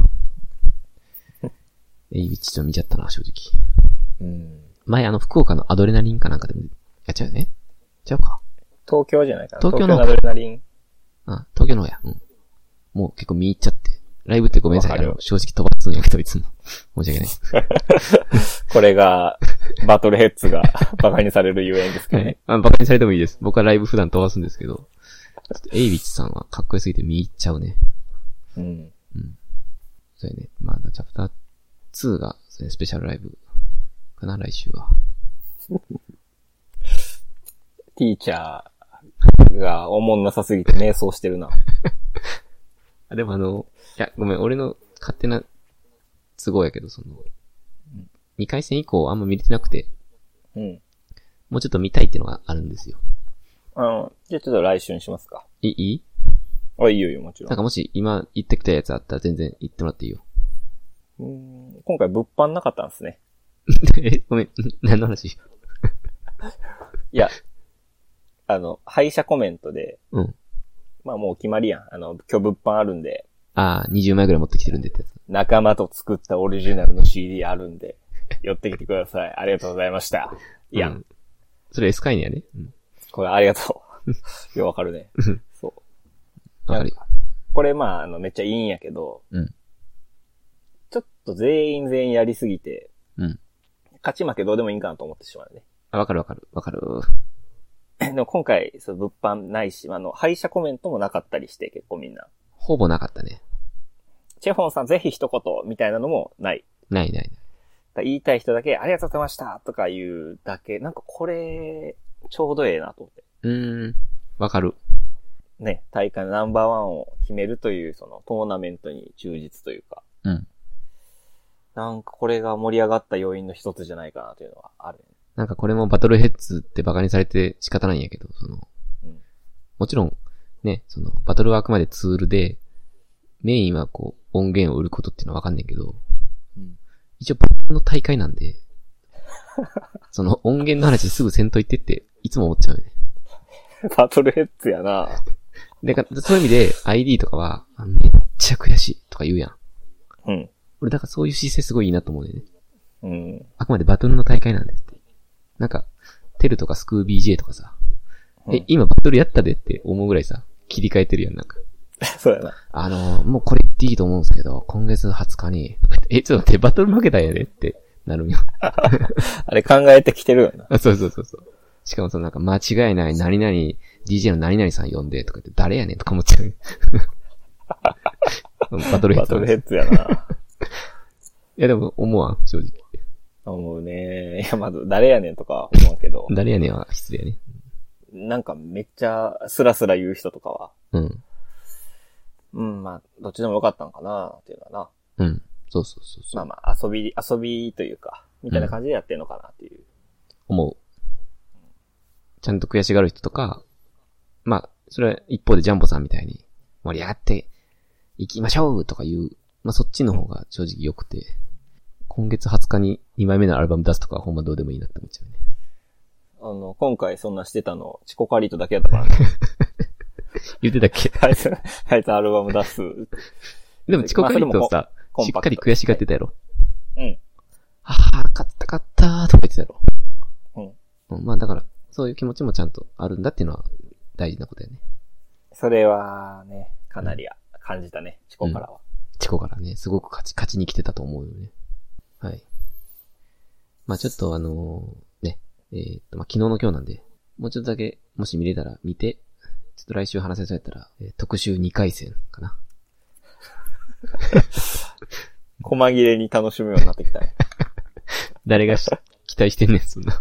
エイビッチと見ちゃったな、正直。前福岡のアドレナリンかなんかでも、やっちゃうよね。ちゃうか。 東京じゃないかな。 東京のアドレナリン。 あ、東京の方や。うん。もう結構見入っちゃって。ライブってごめんなさい。正直飛ばすんやけど、いつも。申し訳ない。 これが、バトルヘッズがバカにされるゆえんですけどね。 バカにされてもいいです。僕はライブ普段飛ばすんですけど、ちょっとエイビッチさんはかっこよすぎて見入っちゃうね。うん。そうやね。まあ、チャプター2が、スペシャルライブかな、来週は。 ティーチャーがおもんなさすぎて迷走してるな。 でもいや、ごめん、俺の勝手な都合やけど、2回戦以降あんま見れてなくて、もうちょっと見たいっていうのがあるんですよ。 じゃあちょっと来週にしますか。 いい？ あ、いいよ、もちろん。 なんかもし今言ってきたやつあったら全然言ってもらっていいよ。 今回物販なかったんですね。 ごめん、何の話？ いや、敗者コメントで、まあもう決まりやん。今日物販あるんで。 ああ、20枚ぐらい持ってきてるんでってやつ。 仲間と作ったオリジナルの CD あるんで、寄ってきてください。ありがとうございました。いや、 それ S カイネやね。 これありがとう。ようわかるね。そう。 わかるよ。 これまあ、めっちゃいいんやけど、ちょっと全員やりすぎて、勝ち負けどうでもいいんかなと思ってしまうね。 あ、わかる。 でも今回、物販ないし、敗者コメントもなかったりして、結構みんな。 ほぼなかったね。 チェフォンさんぜひ一言みたいなのもない。 ない。 言いたい人だけ、ありがとうございましたとか言うだけ、なんかこれ、ちょうどええなと思って。 わかる。 ね、大会のナンバーワンを決めるという、トーナメントに忠実というか。なんかこれが盛り上がった要因の一つじゃないかなというのはある、ね。 なんかこれもバトルヘッズってバカにされて仕方ないんやけど、もちろん、ね、バトルはあくまでツールで、メインは音源を売ることっていうのはわかんないけど、一応バトルの大会なんで、音源の話すぐせんといてって、いつも思っちゃうよね。 バトルヘッズやな。 で、そういう意味で ID とかは、めっちゃ悔しいとか言うやん。俺だからそういう姿勢すごいいいなと思うね。あくまでバトルの大会なんでって。なんか、 テルとかスクー BJ とかさ、今バトルやったでって思うぐらいさ、切り替えてるやん、なんか。 そうやな。 もうこれ言っていいと思うんですけど、今月20日に、ちょっと待って、バトル負けたんやでってなるんよ。 あれ考えてきてるよな。 そう。しかもなんか間違いない何々、DJ の何々さん呼んでとか言って誰やねんとか思っちゃう。バトルヘッズ。 バトルヘッズやな。 いやでも思わん、正直。 思うね。いや、まず誰やねんとか思うけど。 誰やねんは失礼ね。 なんかめっちゃスラスラ言う人とかは。まあ、どっちでもよかったんかなっていうのはな。そう。 まあ、遊びというか、みたいな感じでやってんのかなっていう。 思う。ちゃんと悔しがる人とか、まあ、それは一方でジャンボさんみたいに盛り上がって行きましょうとか言う。まあ、そっちの方が正直良くて、今月20日に2枚目のアルバム出すとかほんまどうでもいいなって思っちゃうね。 今回そんなしてたの、チコカリートだけやったからね。 言ってたっけあいつアルバム出す。 でもチコカリートさ、しっかり悔しがってたやろ。勝ったーとか言ってたやろ。まあだから、そういう気持ちもちゃんとあるんだっていうのは大事なことやね。 それはね、かなり感じたね、チコからは。 チコからね、すごく勝ちに来てたと思うよね。はい。まあちょっとね、まあ昨日の今日なんで、もうちょっとだけ、もし見れたら見て、ちょっと来週話せそうやったら、特集2回戦かな。 細切れに楽しむようになってきたね。 誰が期待してんねん、そんな。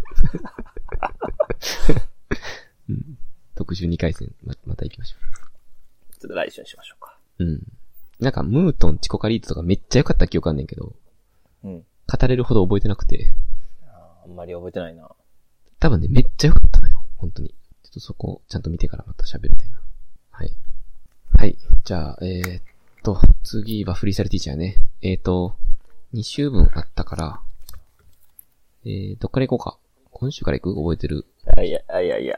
特集2回戦、また行きましょう。ちょっと来週にしましょうか。 なんか、ムートン、チコカリートとかめっちゃ良かった記憶あんねんけど、語れるほど覚えてなくて。 あんまり覚えてないな。 多分ね、めっちゃ良かったのよ、本当に。ちょっとそこ、ちゃんと見てからまた喋りたいな。はい。はい。じゃあ、次はフリースタイルティーチャーね。2週分あったから、どっから行こうか。今週から行く？覚えてる？ いや。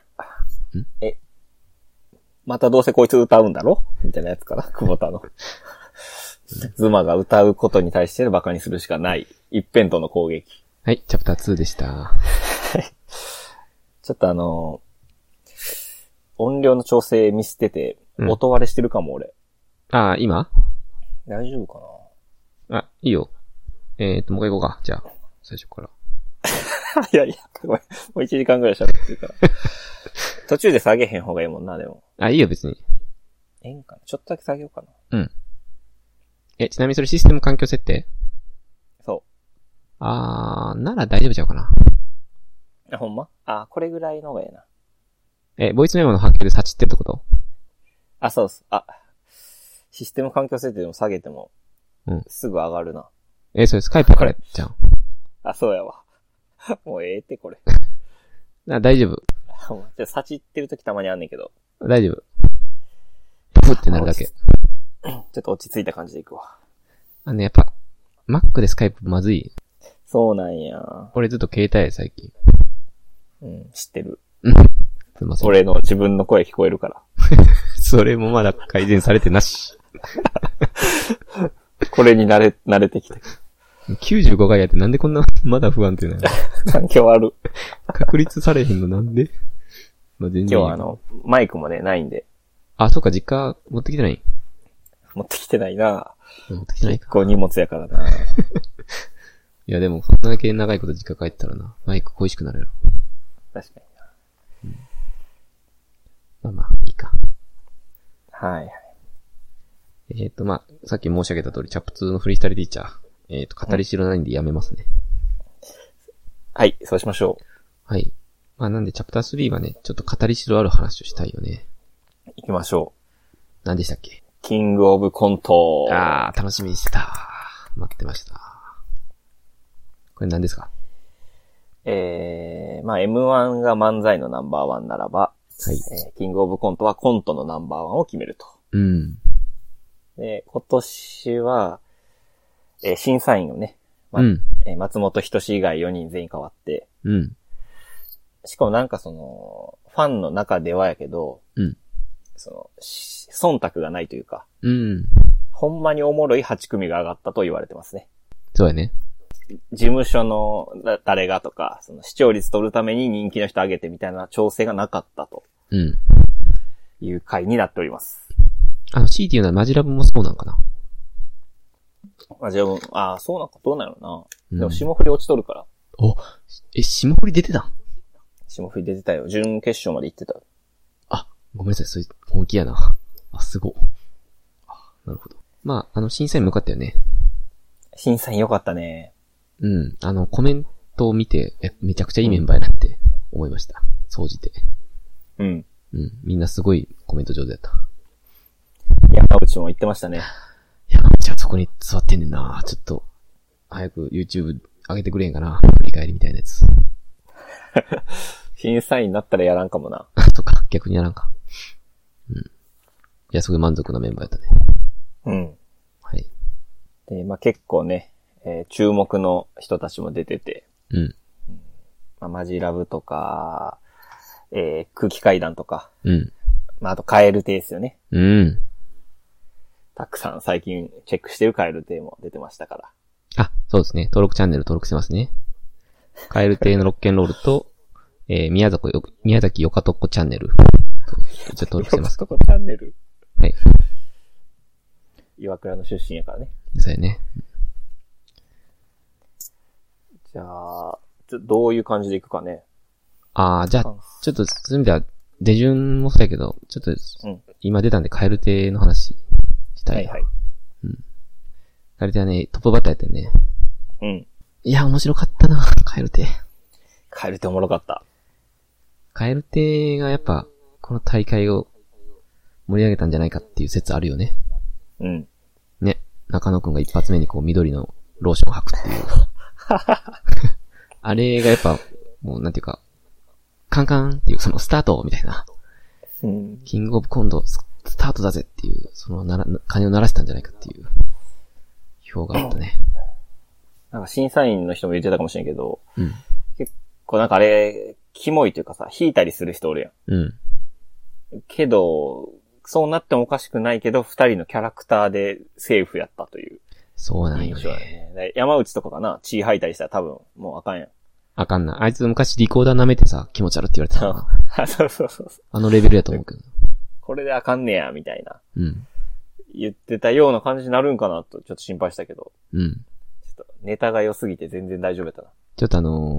またどうせこいつ歌うんだろみたいなやつかな、久保田の。ズマが歌うことに対してバカにするしかない。一辺倒の攻撃。 はい、チャプター2でした。 ちょっと音量の調整ミスってて、音割れしてるかも、俺。 今？ 大丈夫かいいよ。もう一回行こうか。じゃあ、最初から。 いや、ごめん。もう1時間ぐらい喋ってるから。途中で下げへん方がいいもんな、でも。 いいよ、別に。 ええんかな。ちょっとだけ下げようかな。 ちなみにそれシステム環境設定？ そう。 なら大丈夫ちゃうかな。 ほんま？これぐらいの方がええな。ボイスメモの波形で察知ってるってこと？ そうっす。システム環境設定でも下げても、すぐ上がるな。 それスカイプからじゃん。 そうやわ。もうええってこれ。 大丈夫。 じゃあ、察知ってる時たまにあんねんけど。 大丈夫。プってなるだけ。ちょっと落ち着いた感じでいくわ。 やっぱ、Mac でスカイプまずい。 そうなんや。 俺ずっと携帯最近。 知ってる。 すいません。 俺の自分の声聞こえるから。 それもまだ改善されてなし。 これに慣れてきて。 95回やってなんでこんな、まだ不安定なの？ 環境ある。 確立されへんのなんで？全然今日はマイクもね、ないんで。 そうか、実家持ってきてない？ 持ってきてないな。 持ってきてないか。 結構荷物やからな。 いやでも、そんだけ長いこと実家帰ったらな、マイク恋しくなるやろ。 確かにな。まあ、いいか。 はい。 さっき申し上げた通り、チャプ2のフリースタイルティーチャー、語りしろないんでやめますね。 はい、そうしましょう。 はい。なんでチャプター3はね、ちょっと語りしろある話をしたいよね。 行きましょう。 何でしたっけ？ キングオブコント。 楽しみにしてた。待ってました。これ何ですか ？M1 が漫才のナンバーワンならば、 はい。 キングオブコントはコントのナンバーワンを決めると。で、今年は、審査員をね、松本人志以外4人全員変わって、しかもなんかファンの中ではやけど、忖度がないというか、ほんまにおもろい8組が上がったと言われてますね。 そうやね。 事務所の誰がとか、その視聴率取るために人気の人上げてみたいな調整がなかったと。うん。いう回になっております。 強いて言うのはマジラブもそうなんかな。 マジラブ、そうなんかどうなのな。でも霜降り落ちとるから。 霜降り出てたん？ 霜降り出てたよ。準決勝まで行ってた。 ごめんなさい、それ本気やな。すごい。なるほど。まあ、審査員も良かったよね。 審査員良かったね。 うん。コメントを見て、めちゃくちゃいいメンバーやなって思いました。総じて。うん。うん。みんなすごいコメント上手だった。 山内も言ってましたね。 山内はそこに座ってんねんな。ちょっと、早く YouTube 上げてくれんかな。振り返りみたいなやつ。 審査員になったらやらんかもな。 とか、逆にやらんか。うん。いや、すごい満足なメンバーやったね。うん。はい。 で、結構ね、注目の人たちも出てて。うん。マジラブとか、空気階段とか。うん。あと、カエル亭ですよね。うん。たくさん最近チェックしてるカエル亭も出てましたから。 そうですね。登録チャンネル登録してますね。カエル亭のロッケンロールと、宮崎よかとっこチャンネル。一応登録してます。 よかとっこチャンネル。 はい。 岩倉の出身やからね。 そうやね。 じゃあ、どういう感じでいくかね。 じゃあ、ちょっと、そういう意味では、出順もそうやけど、ちょっと、今出たんで、カエル亭の話したい。はいはい。うん。カエル亭はね、トップバッターやってんね。うん。いや、面白かったな、カエル亭。 カエル亭おもろかった。 カエル亭がやっぱ、この大会を盛り上げたんじゃないかっていう説あるよね。うん。ね。中野くんが一発目にこう緑のローションを吐くっていう。あれがやっぱ、もうなんていうか、カンカンっていう、そのスタートみたいな。うん。キングオブコントスタートだぜっていう、その鐘を鳴らしたんじゃないかっていう、表があったね。 なんか審査員の人も言ってたかもしれんけど、うん。結構なんかあれ、キモいというかさ、引いたりする人おるやん。うん。けど、そうなってもおかしくないけど、二人のキャラクターでセーフやったという。 そうなんよね。 山内とかかな、血吐いたりしたら多分、もうあかんやん。 あかんな。あいつ昔リコーダー舐めてさ、気持ち悪って言われてたな。 そうそうそう。 レベルやと思うけど。 これであかんねや、みたいな。うん。言ってたような感じになるんかなと、ちょっと心配したけど。うん。ちょっと、ネタが良すぎて全然大丈夫やったな。 ちょっと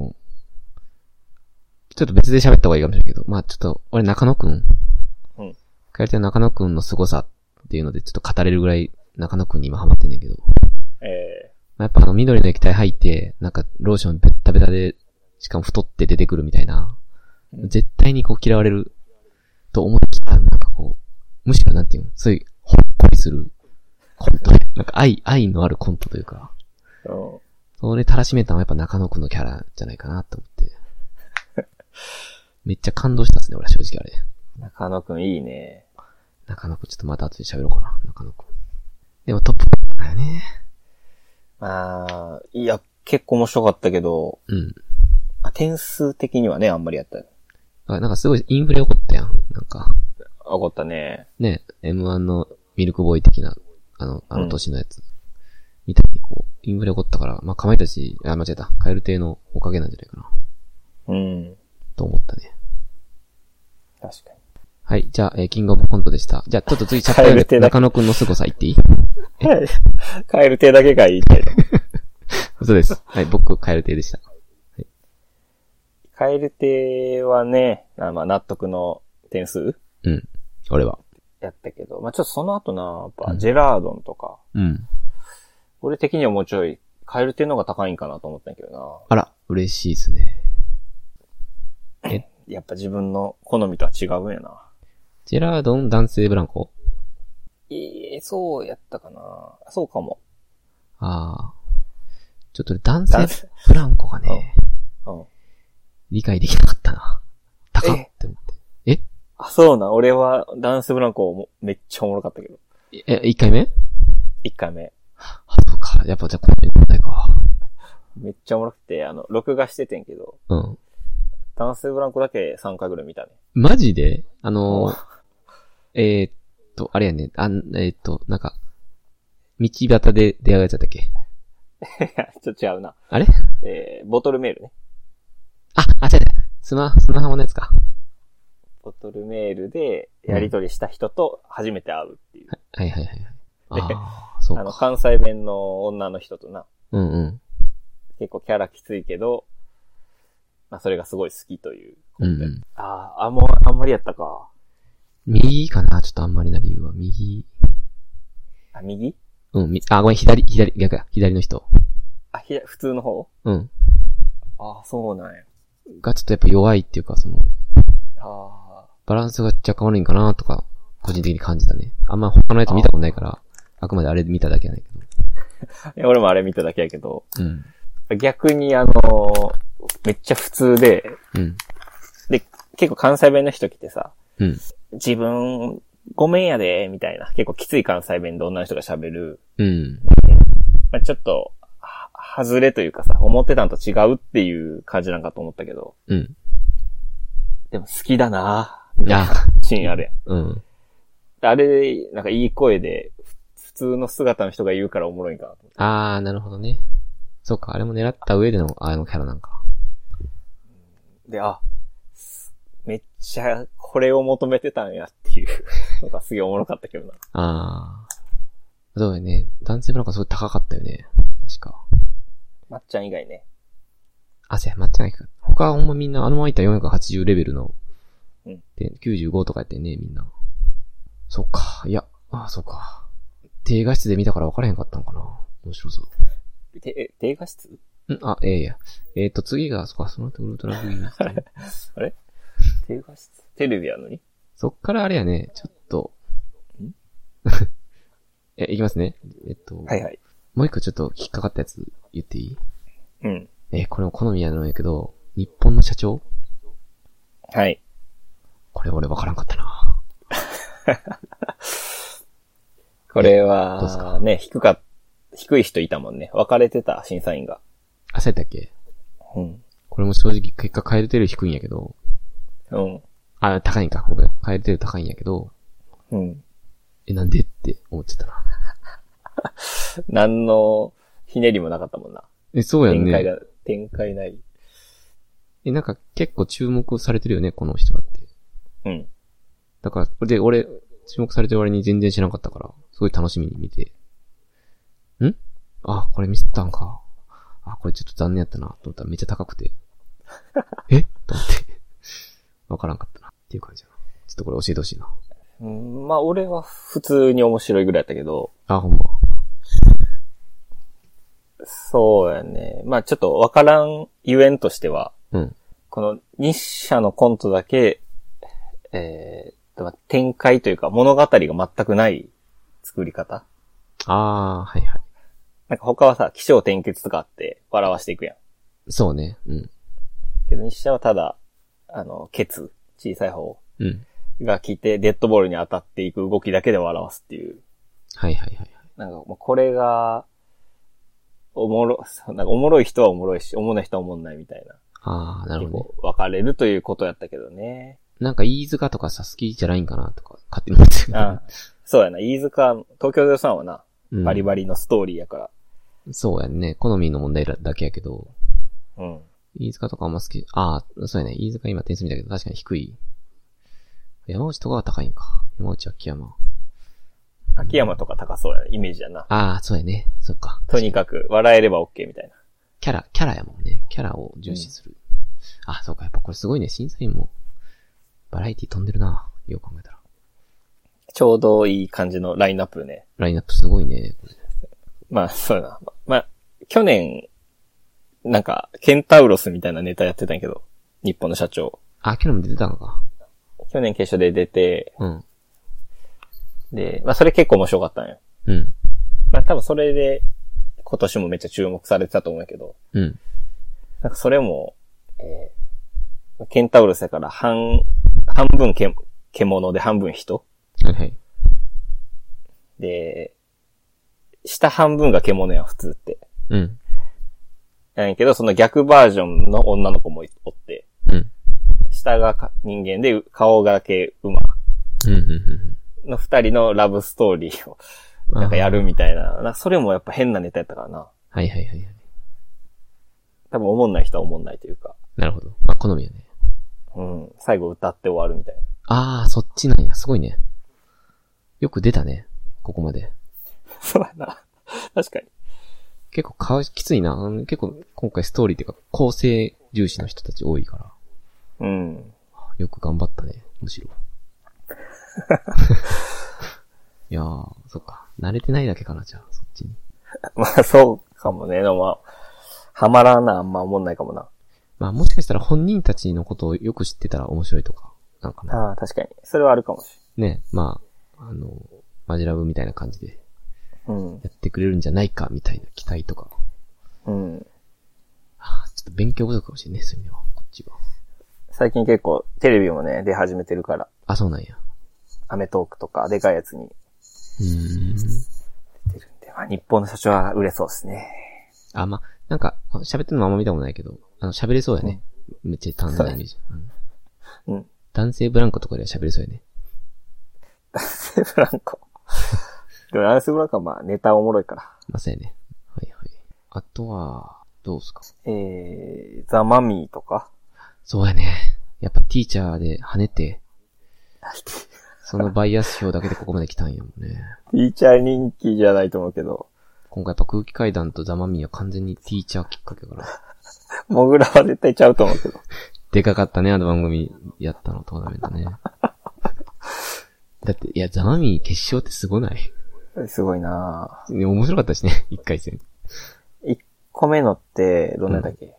ちょっと別で喋った方がいいかもしれないけど、ちょっと、俺中野くん。うん。カエル亭の中野くんの凄さっていうので、ちょっと語れるぐらい中野くんに今ハマってんねんけど。やっぱ緑の液体入って、なんかローションベッタベタで、しかも太って出てくるみたいな。絶対にこう嫌われると思いきや、なんかこう、むしろなんていうの、そういうほっこりするコントで、なんか愛のあるコントというか。それたらしめたのはやっぱ中野くんのキャラじゃないかなと思って。めっちゃ感動したっすね、俺は正直あれ。 中野くんいいね。 中野くんちょっとまた後で喋ろうかな、中野くん。でもトップだよね。 いや、結構面白かったけど、うん。点数的にはね、あんまりやったよ。 なんかすごいインフレ起こったやん、なんか。 起こったね。 ね、M1 のミルクボーイ的な、あの年のやつ。みたいにこう、インフレ起こったから、かまいたち、間違えた。カエル亭のおかげなんじゃないかな。うん。と思ったね。 確かに。 はい、じゃあ、キングオブコントでした。じゃあ、ちょっと次チャプターで中野くんの凄さ言っていい？ カエル亭だけが言いたいの。 そうです。はい、僕、カエル亭でした。はい、 カエル亭はね、納得の点数？ うん。俺は。 やったけど、ちょっとその後な、やっぱ、ジェラードンとか。うん。俺的にはもうちょい、カエル亭の方が高いんかなと思ったんやけどな。 あら、嬉しいですね。 やっぱ自分の好みとは違うんやな。 ジェラードン男性ブランコ？ そうやったかな。そうかも。 ちょっと男性ブランコがね、理解できなかったな。高っって思って。 そうな。俺はダンスブランコめっちゃおもろかったけど。 1回目？ 1 回目。 そうか。やっぱじゃあこれないか。 めっちゃおもろくて、録画しててんけど。うん。ダンスブランコだけ3回ぐらい見たね。 マジで？あれやね、なんか、道端で出会うやつだったっけ？ ちょっと違うな。 あれボトルメールね。 違う。スマホのやつか。 ボトルメールでやり取りした人と初めて会うっていう。 はい。 で、 そうか。 関西弁の女の人とな。結構キャラきついけど、まあそれがすごい好きという。あんまりやったか。 右かなちょっとあんまりな理由は。右。 右？ ごめん、逆や。左の人。 普通の方？そうなんや。 がちょっとやっぱ弱いっていうか、バランスが若干悪いんかなとか、個人的に感じたね。あんま他のやつ見たことないから、あくまであれ見ただけやないけど。俺もあれ見ただけやけど。逆にめっちゃ普通で、で、結構関西弁の人来てさ、自分、ごめんやで、みたいな、結構きつい関西弁で女の人が喋る。まあ、ちょっと、外れというかさ、思ってたんと違うっていう感じなんかと思ったけど。でも好きだなぁ、みたいなシーンあるやん。あれ、なんかいい声で、普通の姿の人が言うからおもろいんかなと思って。 なるほどね。そうか、あれも狙った上での、キャラなんか。 で、めっちゃ、これを求めてたんやっていう、なんかすげえおもろかったけどな。 そうだよね。男性ブランコすごい高かったよね。確か。 まっちゃん以外ね。 そうや、まっちゃん以外か。他はほんまみんな、あのままいったら480レベルの、で、95とかやってね、みんな。そっか。いや、そうか。低画質で見たから分からへんかったのかな。面白そう。 低画質？ 次が、その後ウルトラ V。 あれ？低画質？テレビやのに？ そっからあれやね、ちょっと。いきますね。 はい。 もう一個ちょっと引っかかったやつ言っていい？これも好みやのやけど、日本の社長？ はい。 これ俺分からんかったな。 これは、ね、低い人いたもんね。分かれてた、審査員が。 そうやったっけ？これも正直結果変えるてる低いんやけど。高いんか。ごめん。変えるてる高いんやけど。なんでって思っちゃったな。 何のひねりもなかったもんな。 そうやんね。 展開ない。 なんか結構注目されてるよね、この人だって。だから、俺、注目されてる割に全然知らなかったから、すごい楽しみに見て。これミスったんか。これちょっと残念やったな、と思ったらめっちゃ高くて。と思って。わからんかったな、っていう感じだな。ちょっとこれ教えてほしいな。 まあ俺は普通に面白いぐらいやったけど。 ほんま。 そうやね。まあちょっとわからんゆえんとしては、この日社のコントだけ、展開というか物語が全くない作り方。 はい。 なんか他はさ、起承転結とかあって笑わしていくやん。 そうね。 けど日社はただ、ケツ、小さい方が来て、デッドボールに当たっていく動きだけで笑わすっていう。なんかもうこれが、なんかおもろい人はおもろいし、おもろい人はおもんないみたいな。 なるほど、ね。 結構分かれるということやったけどね。 なんか飯塚とかさ、好きじゃないんかなとか、勝手に思ってる。 そうやな。飯塚、東京03はな、バリバリのストーリーやから。 そうやんね。好みの問題だけやけど。飯塚とかあんま好き。そうやね。飯塚今点数見たけど確かに低い。山内とかは高いんか。山内秋山。 秋山とか高そうやな、イメージやな。 そうやね。そっか。 とにかく、笑えれば OK みたいな。 キャラやもんね。キャラを重視する。そうか。やっぱこれすごいね。審査員も、バラエティ飛んでるな。よく考えたら。 ちょうどいい感じのラインナップね。 ラインナップすごいね。 まあ、そうだな。まあ、去年、なんか、ケンタウロスみたいなネタやってたんやけど、日本の社長。 去年も出てたのか。 去年決勝で出て、で、まあそれ結構面白かったんよ。まあ多分それで、今年もめっちゃ注目されてたと思うんやけど、なんかそれも、ケンタウロスやから半分獣で半分人。で、下半分が獣やん、普通って。なんやけど、その逆バージョンの女の子もおって、下が人間で顔がだけ馬の二人のラブストーリーをなんかやるみたいな、それもやっぱ変なネタやったからな。 はいはいはいはい。 多分思んない人は思んないというか。 なるほど。まあ好みよね。 うん。最後歌って終わるみたいな。 ああ、そっちなんや。すごいね。よく出たね。ここまで。 そうやな。確かに。 結構きついな。結構今回ストーリーっていうか構成重視の人たち多いから。 うん。 よく頑張ったね。むしろ。いやー、そっか。慣れてないだけかな、じゃあ、そっちに。 まあそうかもね。でもまあ、ハマらんな、あんま思んないかもな。 まあもしかしたら本人たちのことをよく知ってたら面白いとか、なんかな。 ああ、確かに。それはあるかもしれない。ね、まあ、マジラブみたいな感じで、 うん。 やってくれるんじゃないか、みたいな期待とか。 うん。 ちょっと勉強不足かもしれない、そういう意味では、こっちは。 最近結構テレビもね、出始めてるから。 あ、そうなんや。 アメトークとか、でかいやつに。出てるんで、まあ日本の社長は売れそうですね。 あ、まあ、なんか、喋ってるのもあんま見たことないけど、喋れそうやね。めっちゃ単純なイメージ。 うん。 男性ブランコとかでは喋れそうやね。 男性ブランコ。でも男性ブランコはまあネタおもろいから。 まあ、そうやね。はいはい。あとは、どうすか？ ザ・マミーとか。 そうやね。やっぱティーチャーで跳ねて、そのバイアス表だけでここまで来たんやもんね。 ティーチャー人気じゃないと思うけど。 今回やっぱ空気階段とザ・マミーは完全にティーチャーきっかけから。 モグラは絶対ちゃうと思うけど。 でかかったね、あの番組やったの、トーナメントね。だって、いや、ザ・マミー決勝ってすごない？ すごいなぁ。 面白かったしね、一回戦。 1個目のって、どんなだっけ？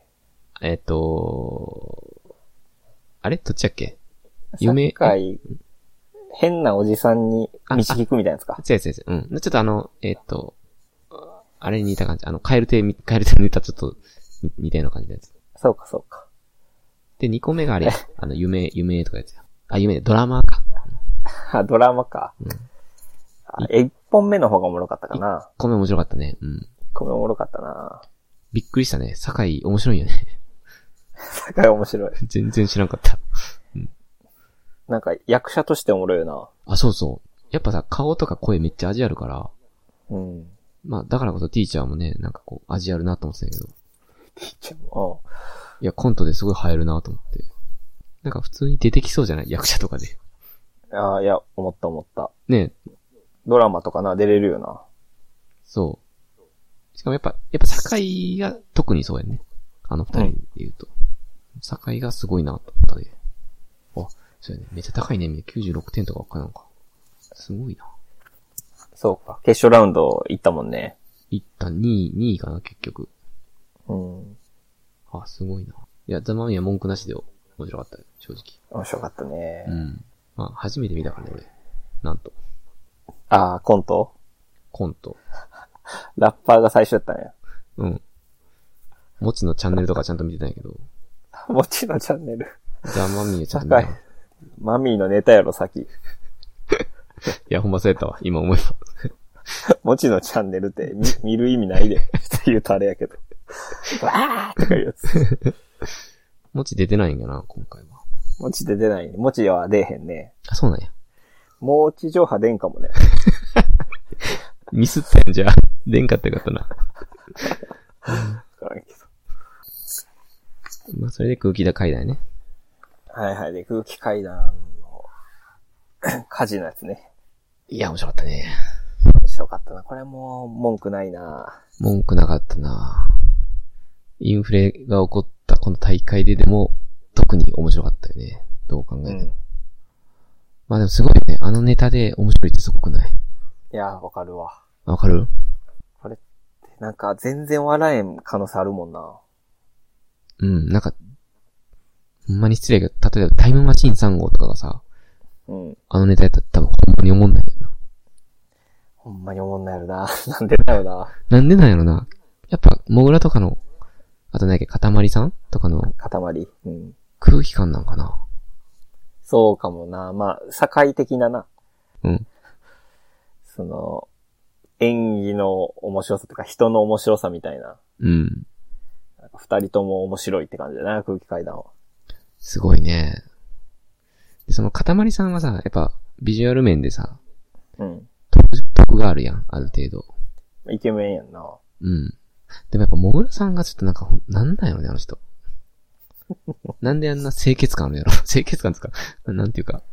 あれどっちだっけ？ 夢。変なおじさんに道聞くみたいなやつか。 違う。うん。ちょっとあれに似た感じ。カエル亭に似たちょっと似たような感じのやつ。 そうか。 で、2個目があれ、夢とかやつや。あ、夢、ドラマか。 あ、ドラマか。 うん。 1本目の方がおもろかったかな。 1個目面白かったね。うん。 1個目おもろかったな。 びっくりしたね。酒井面白いよね。 酒井面白い。 全然知らんかった。うん。 なんか役者としておもろいよな。 あ、そうそう。やっぱさ、顔とか声めっちゃ味あるから。 うん。 まあ、だからこそティーチャーもね、なんかこう、味あるなと思ってたけど。 ティーチャーも。 いや、コントですごい映えるなと思って。なんか普通に出てきそうじゃない？役者とかで。 ああ、いや、思った。 ねえ。 ドラマとかな、出れるよな。 そう。しかもやっぱ酒井が特にそうやね。あの二人で言うと。酒井がすごいなと思ったで。あ、そうやね。めっちゃ高いね。96点とかわかんないのか。すごいな。 そうか。決勝ラウンド行ったもんね。 行った2位かな、結局。 うん。 あ、すごいな。いや、ザ・マミーは文句なしで面白かったよ、正直。 面白かったね。 うん。まあ、初めて見たからね、俺。なんと。 ああ、コント。ラッパーが最初だったんや。 うん。もちのチャンネルとかちゃんと見てないけど。 もちのチャンネル。 ザ・マミーはちゃんと見た。 マミーのネタやろ、先。いや、ほんまそうやったわ。今思えば。 もちのチャンネルって見る意味ないで。って言うとあれやけど。わーとかいうやつ。 もち出てないんやな、今回は。 もち出てない。もちは出えへんね。 あ、そうなんや。 もち上波出んかもね。 ミスったやんじゃあ。出んかったよかったな。 からんけまあ、それで空気階段やね。 はい。で、空気階段の火事のやつね。 いや、面白かったね。 面白かったな。これも文句ないな。 文句なかったな。インフレが起こったこの大会でも特に面白かったよね。どう考えても。うん、まあでもすごいね。あのネタで面白いってすごくない？ いや、わかるわ。 わかる？ これってなんか全然笑えん可能性あるもんな。 うん、なんか、ほんまに失礼やけど、例えばタイムマシーン3号とかがさ、 うん。 あのネタやったら多分ほんまに思んないよな。 ほんまに思んないやろな。なんでだよな。 なんでなんやろな。やっぱ、モグラとかの、あと何やっけ、かたまりさんとかの、 うん。 空気感なんかな。 そうかもな。まあ、社会的なな。 うん。 その、演技の面白さとか人の面白さみたいな。 うん。 二人とも面白いって感じだな、空気階段は。 すごいね。で、そのかたまりさんはさ、やっぱ、ビジュアル面でさ、 うん。 得があるやん、ある程度。 イケメンやんな。 うん。 でもやっぱ、もぐらさんがちょっとなんか、なんだよね、あの人。なんであんな清潔感あるんやろ清潔感ですかなんていうか、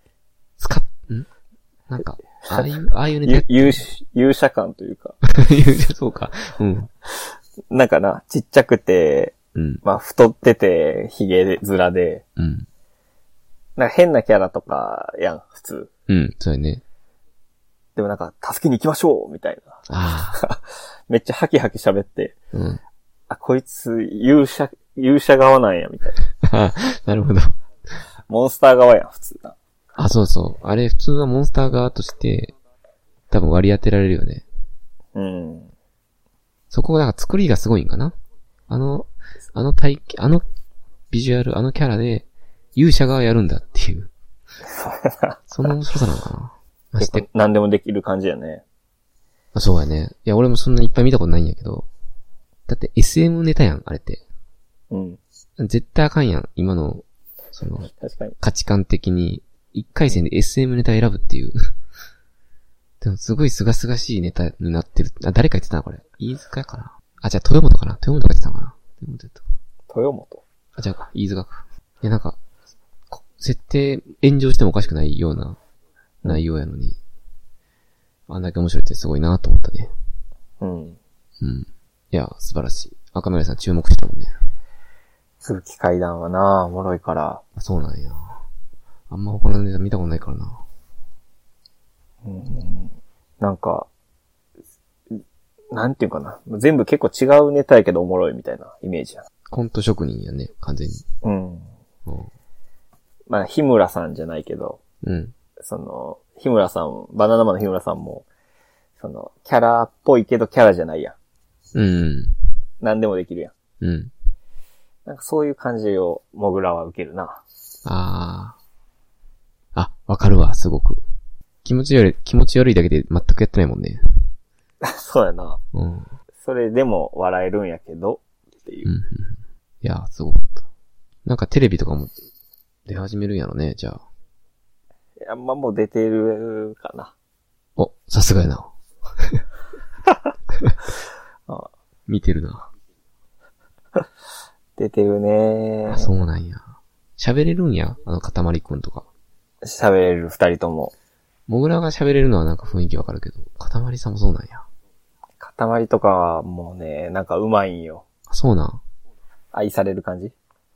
なんか、ああいうネタ。 勇者感というか。 そうか。うん。 なんかな、ちっちゃくて、 うん。 まあ、太ってて、髭で、面で。 うん。 なんか変なキャラとか、やん、普通。 うん、そうやね。 でもなんか、助けに行きましょうみたいな。 ああ。 めっちゃハキハキ喋って。 うん。 あ、こいつ、勇者側なんや、みたいな。 なるほど。 モンスター側やん、普通な。 あ、そうそう。あれ、普通はモンスター側として、多分割り当てられるよね。 うん。 そこがなんか作りがすごいんかな。あのビジュアル、あのキャラで、勇者側やるんだっていう。その面白さなのかな。 まして。何でもできる感じやね。 あ、そうやね。いや、俺もそんないっぱい見たことないんやけど。だって SM ネタやん、あれって。 うん。 絶対あかんやん、今の、 確かに。 価値観的に、一回戦で SM ネタ選ぶっていう。でもすごい清々しいネタになってる。あ、誰か言ってたな、これ。飯塚かな。あ、じゃあ豊本かな。豊本が言ってたのかな。 豊本あ、じゃあ、飯塚か。いや、なんか、設定炎上してもおかしくないような内容やのに、あんだけ面白いってすごいなと思ったね。 うん。 うん。いや、素晴らしい。赤嶺さん注目したもんね。 空気階段はなおもろいから。 そうなんや。あんま他のネタ見たことないからな。 うん。なんか、なんていうかな。全部結構違うネタやけどおもろいみたいなイメージや。 コント職人やね、完全に。 うん。まあ、日村さんじゃないけど。 うん。 日村さん、バナナマンの日村さんも、キャラっぽいけどキャラじゃないやん。 うん。 何でもできるやん。うん。 なんかそういう感じを、モグラは受けるな。 わかるわ、すごく。気持ち悪いだけで全くやってないもんね。 そうやな。 うん。 それでも笑えるんやけど、っていう。 うん。いや、すごかった。なんかテレビとかも出始めるんやろね、じゃあ。 いや、まあもう出てるかな。 お、さすがやな。見てるな。 出てるね。 あ、そうなんや。喋れるんや、かたまりくんとか。 喋れる二人とも。 もぐらが喋れるのはなんか雰囲気わかるけど、かたまりさんもそうなんや。 かたまりとかはもうね、なんかうまいんよ。 あ、そうなん。 愛される感じ？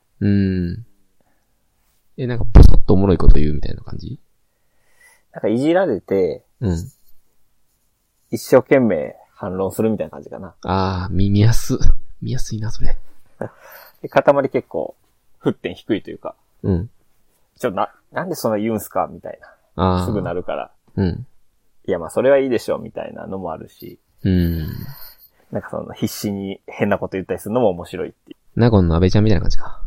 なんかポソッとおもろいこと言うみたいな感じ？ なんかいじられて、 うん。 一生懸命反論するみたいな感じかな。 見やすいな、それ。 で、塊結構、沸点低いというか。 うん。 なんでそんな言うんすかみたいな。すぐなるから。 うん。 いや、まあそれはいいでしょ、みたいなのもあるし。なんか必死に変なこと言ったりするのも面白いっていう。 納言の安倍ちゃんみたいな感じか。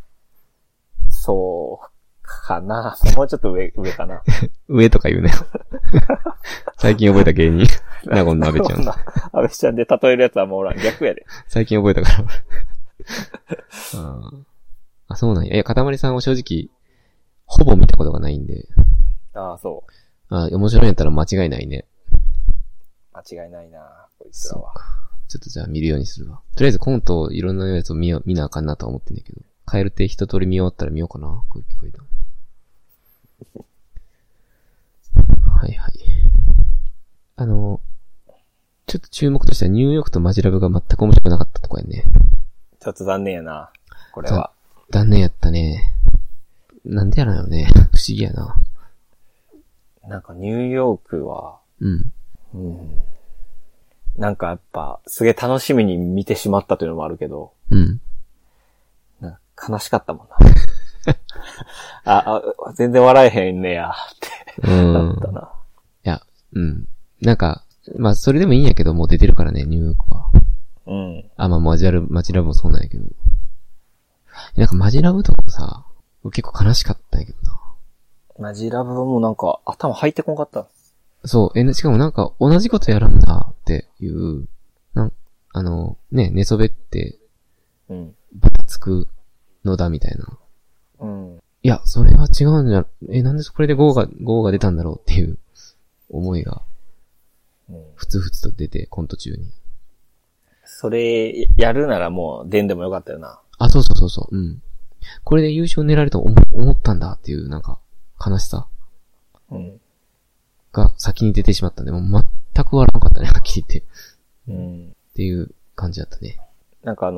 そうかな。もうちょっと上かな。 上とか言うね。最近覚えた芸人。納言の安倍ちゃん。 安倍ちゃんで例えるやつはもうおらん。逆やで。 最近覚えたから。そうなんや。いや、かたまりさんを正直、ほぼ見たことがないんで。 そう。 面白いんやったら間違いないね。 間違いないな、こいつらは。 ちょっとじゃあ見るようにするわ。とりあえずコントいろんなやつを見なあかんなとは思ってんだけど。カエル亭一通り見終わったら見ようかな。空気階段。はいはい。ちょっと注目としてはニューヨークとマジラブが全く面白くなかったとこやね。 ちょっと残念やな。これは。 残念やったね。なんでやろうね。不思議やな。 なんかニューヨークは、なんかやっぱ、すげえ楽しみに見てしまったというのもあるけど、なんか悲しかったもんな。全然笑えへんねや、ってなったな。 いや、なんか、まあそれでもいいんやけど、もう出てるからね、ニューヨークは。まあマジラブもそうなんやけど。なんかマジラブとかもさ、結構悲しかったんやけどな。マジラブはもうなんか頭入ってこんかった。 そう、しかもなんか同じことやるんだっていう、寝そべって、バタつくのだみたいな。いや、それは違うんじゃ、なんでこれで5が出たんだろうっていう思いが、ふつふつと出て、コント中に。 それ、やるならもう、出んでもよかったよな。 あ、そうそうそうそう。うん。これで優勝狙えると思ったんだっていう、なんか、悲しさ。 うん。 が先に出てしまったんで、もう全く笑わなかったね、はっきり言って。 うん。 っていう感じだったね。 なんか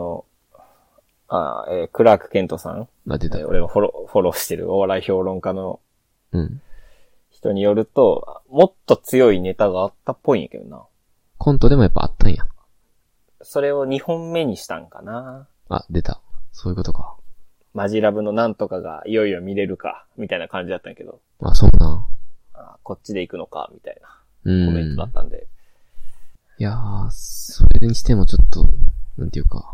クラークケントさんが出た。 俺がフォローしてるお笑い評論家の人によると、もっと強いネタがあったっぽいんやけどな。 コントでもやっぱあったんや。 それを2本目にしたんかな。 あ、出た。そういうことか。 マジラブのなんとかがいよいよ見れるか、みたいな感じだったんやけど。 あ、そうな。 こっちで行くのか、みたいなコメントだったんで。 いやー、それにしてもちょっと、なんていうか、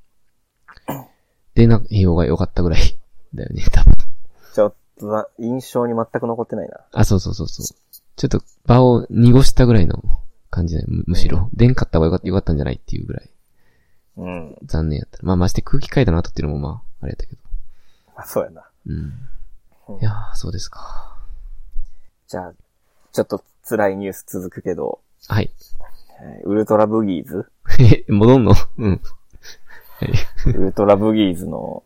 出ない方が良かったぐらいだよね、多分。 ちょっと印象に全く残ってないな。 あ、そう。ちょっと場を濁したぐらいの感じだよ、むしろ。出んかった方が良かったんじゃないっていうぐらい。 うん。 残念やった。まして空気階段の後っていうのもあれやったけど。 そうやな。 うん。いやー、そうですか。 じゃあ、ちょっと辛いニュース続くけど。 はい。 ウルトラブギーズ戻んのうん。 はい。ウルトラブギーズの、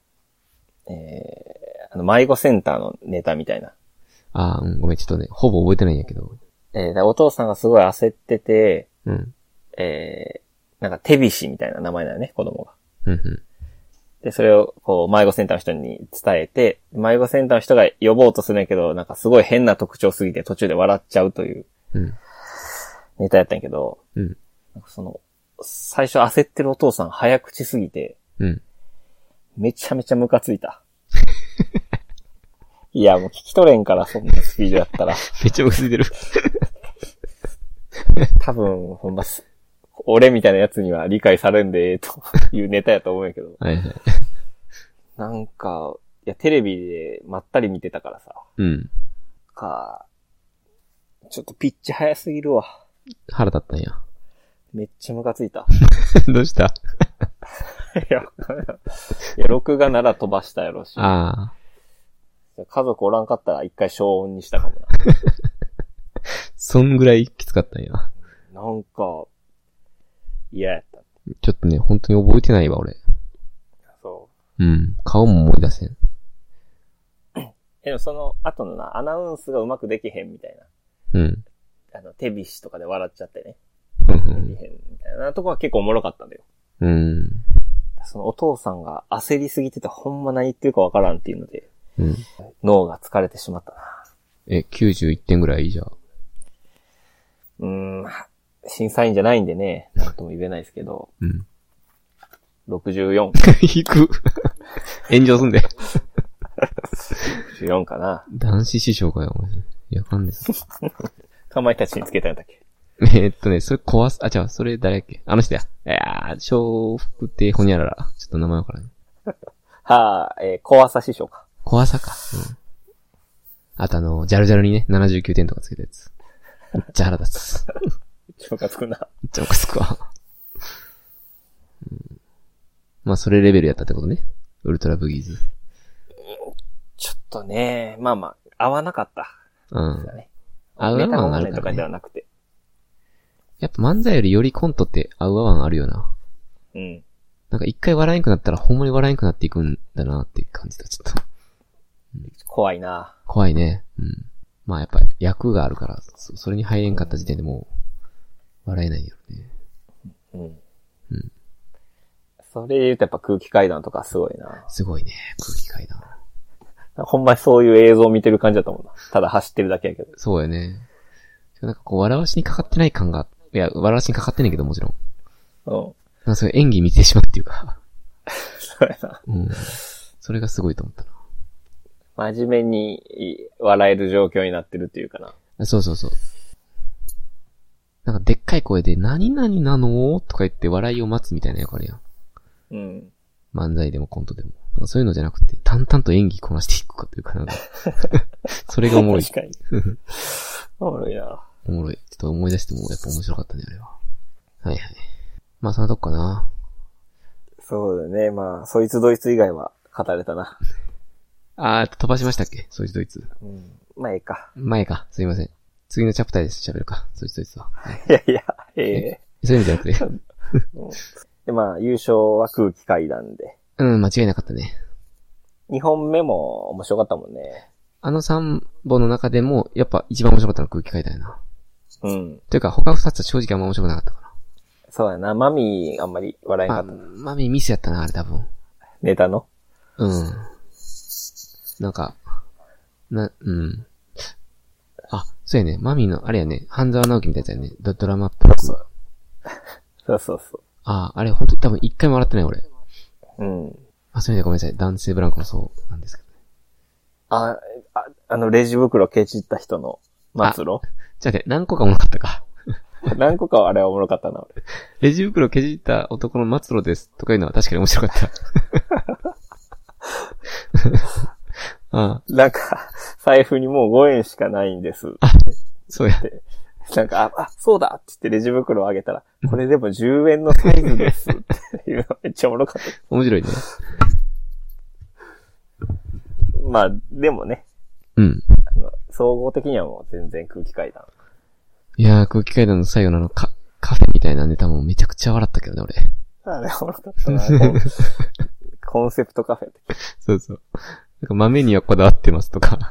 迷子センターのネタみたいな。 ごめん、ちょっとね、ほぼ覚えてないんやけど。 お父さんがすごい焦ってて、 うん。 なんか手菱みたいな名前だよね、子供が。 うん。 で、それを、迷子センターの人に伝えて、迷子センターの人が呼ぼうとするんやけど、なんかすごい変な特徴すぎて途中で笑っちゃうという、ネタやったんやけど、 うん。 なんか最初焦ってるお父さん早口すぎて、 うん。 めちゃめちゃムカついた。いや、もう聞き取れんから、そんなスピードやったら。 めっちゃムカついてる。 多分、ほんま、俺みたいなやつには理解されんで、というネタやと思うんやけど。 はいはい。 なんか、いや、テレビでまったり見てたからさ。 うん。 ちょっとピッチ早すぎるわ。 腹立ったんや。 めっちゃムカついた。 どうしたいや、録画なら飛ばしたやろし。 家族おらんかったら一回消音にしたかもな。 そんぐらいきつかったんや。 なんか、嫌やった。 ちょっとね、本当に覚えてないわ、俺。 そう。 うん。顔も思い出せん。 でもその後のな、アナウンスがうまくできへんみたいな。うん。 手菱とかで笑っちゃってね。 できへんみたいなとこは結構おもろかったんだよ。 うん。 そのお父さんが焦りすぎててほんま何言ってるかわからんっていうので、 うん。 脳が疲れてしまったな。 91点ぐらいじゃあ。 審査員じゃないんでね、なんとも言えないですけど。 うん。 64。 引く。炎上すんで。 64かな。 男子師匠かよ、お前。やかんです。 かまいたちにつけたんだっけ。 それ壊す、違う、それ誰やっけあの人や。笑福亭ほにゃらら。ちょっと名前わからん。 は小朝師匠か。 小朝か。うん。あとジャルジャルにね、79点とかつけたやつ。めっちゃ腹立つ。 めっちゃムカつくな。 めっちゃムカつくわ。まあ、それレベルやったってことね。ウルトラブギーズ。 ちょっとね、まあ、合わなかった。 うん。 ね、 合う合わんあるからね。 とかではなくて。 やっぱ漫才よりよりコントって合う合わんあるよな。 うん。 なんか一回笑えんくなったらほんまに笑えんくなっていくんだなって感じだ、ちょっと。 うん、怖いな。 怖いね。うん。まあやっぱ役があるから、それに入れんかった時点でもう、笑えないよね。 うん。 うん。 それで言うとやっぱ空気階段とかすごいな。 すごいね、空気階段。 ほんまにそういう映像を見てる感じだと思うな。ただ走ってるだけやけど。 そうやね。なんか笑わしにかかってない感が、いや、笑わしにかかってんねんけどもちろん。 うん。 なんかそういう演技見てしまうっていうか。 そうやな。 うん。それがすごいと思ったな。 真面目に笑える状況になってるっていうかな。 そう。なんかでっかい声で何々なのとか言って笑いを待つみたいな役あるやん。 うん。 漫才でもコントでも。なんかそういうのじゃなくて、淡々と演技こなしていくかというかなんか。それがおもろい。 確かに。おもろいな。 おもろい。ちょっと思い出してもやっぱ面白かったね、あれは。はいはい。まあそんなとこかな。 そうだね。まあ、そいつドイツ以外は語れたな。 飛ばしましたっけそいつドイツ。 うん。まあ、いいか。 前か。すいません。次のチャプターで喋るか。そいつドイツは。 いやいや、 そういう意味じゃなくて。 で、まあ、優勝は空気階段で。 うん、間違いなかったね。 2本目も面白かったもんね。 あの3本の中でも、やっぱ一番面白かったのは空気階段やな。 うん。 というか、他2つは正直あんま面白くなかったから。 そうやな。マミーあんまり笑えなかった。 マミーミスやったな、あれ多分。 ネタの？ うん。なんか、うん。あ、そうやね。マミーの、あれやね。半沢直樹みたいなやつやね。ドラマっぽく。 そうそう。 あれほんとに多分一回も笑ってない俺。 うん。 あ、そういう意味でごめんなさい。男性ブランコもそうなんですけどね。レジ袋ケチった人の末路？ じゃあね、何個かおもろかったか。 何個かはあれはおもろかったな、俺。 レジ袋ケチった男の末路ですとかいうのは確かに面白かった。 なんか、財布にもう5円しかないんです。 そうや。 なんか、そうだって言ってレジ袋をあげたら、これでも10円のサイズですっていうのめっちゃおもろかった。 面白いね。 まあ、でもね。 うん。 総合的にはもう全然空気階段。 いやー、空気階段の最後のカフェみたいなネタもめちゃくちゃ笑ったけどね、俺。 あれおもろかったな。コンセプトカフェって。 そうそう。なんか豆にはこだわってますとか。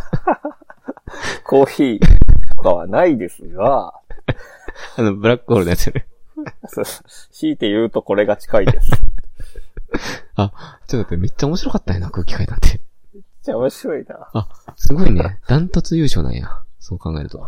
コーヒーとかはないですが。 ブラックホールのやつよね。 そう。強いて言うとこれが近いです。 ちょっと待って、めっちゃ面白かったよな、空気階段って。 めっちゃ面白いな。 すごいね。ダントツ優勝なんや。そう考えると。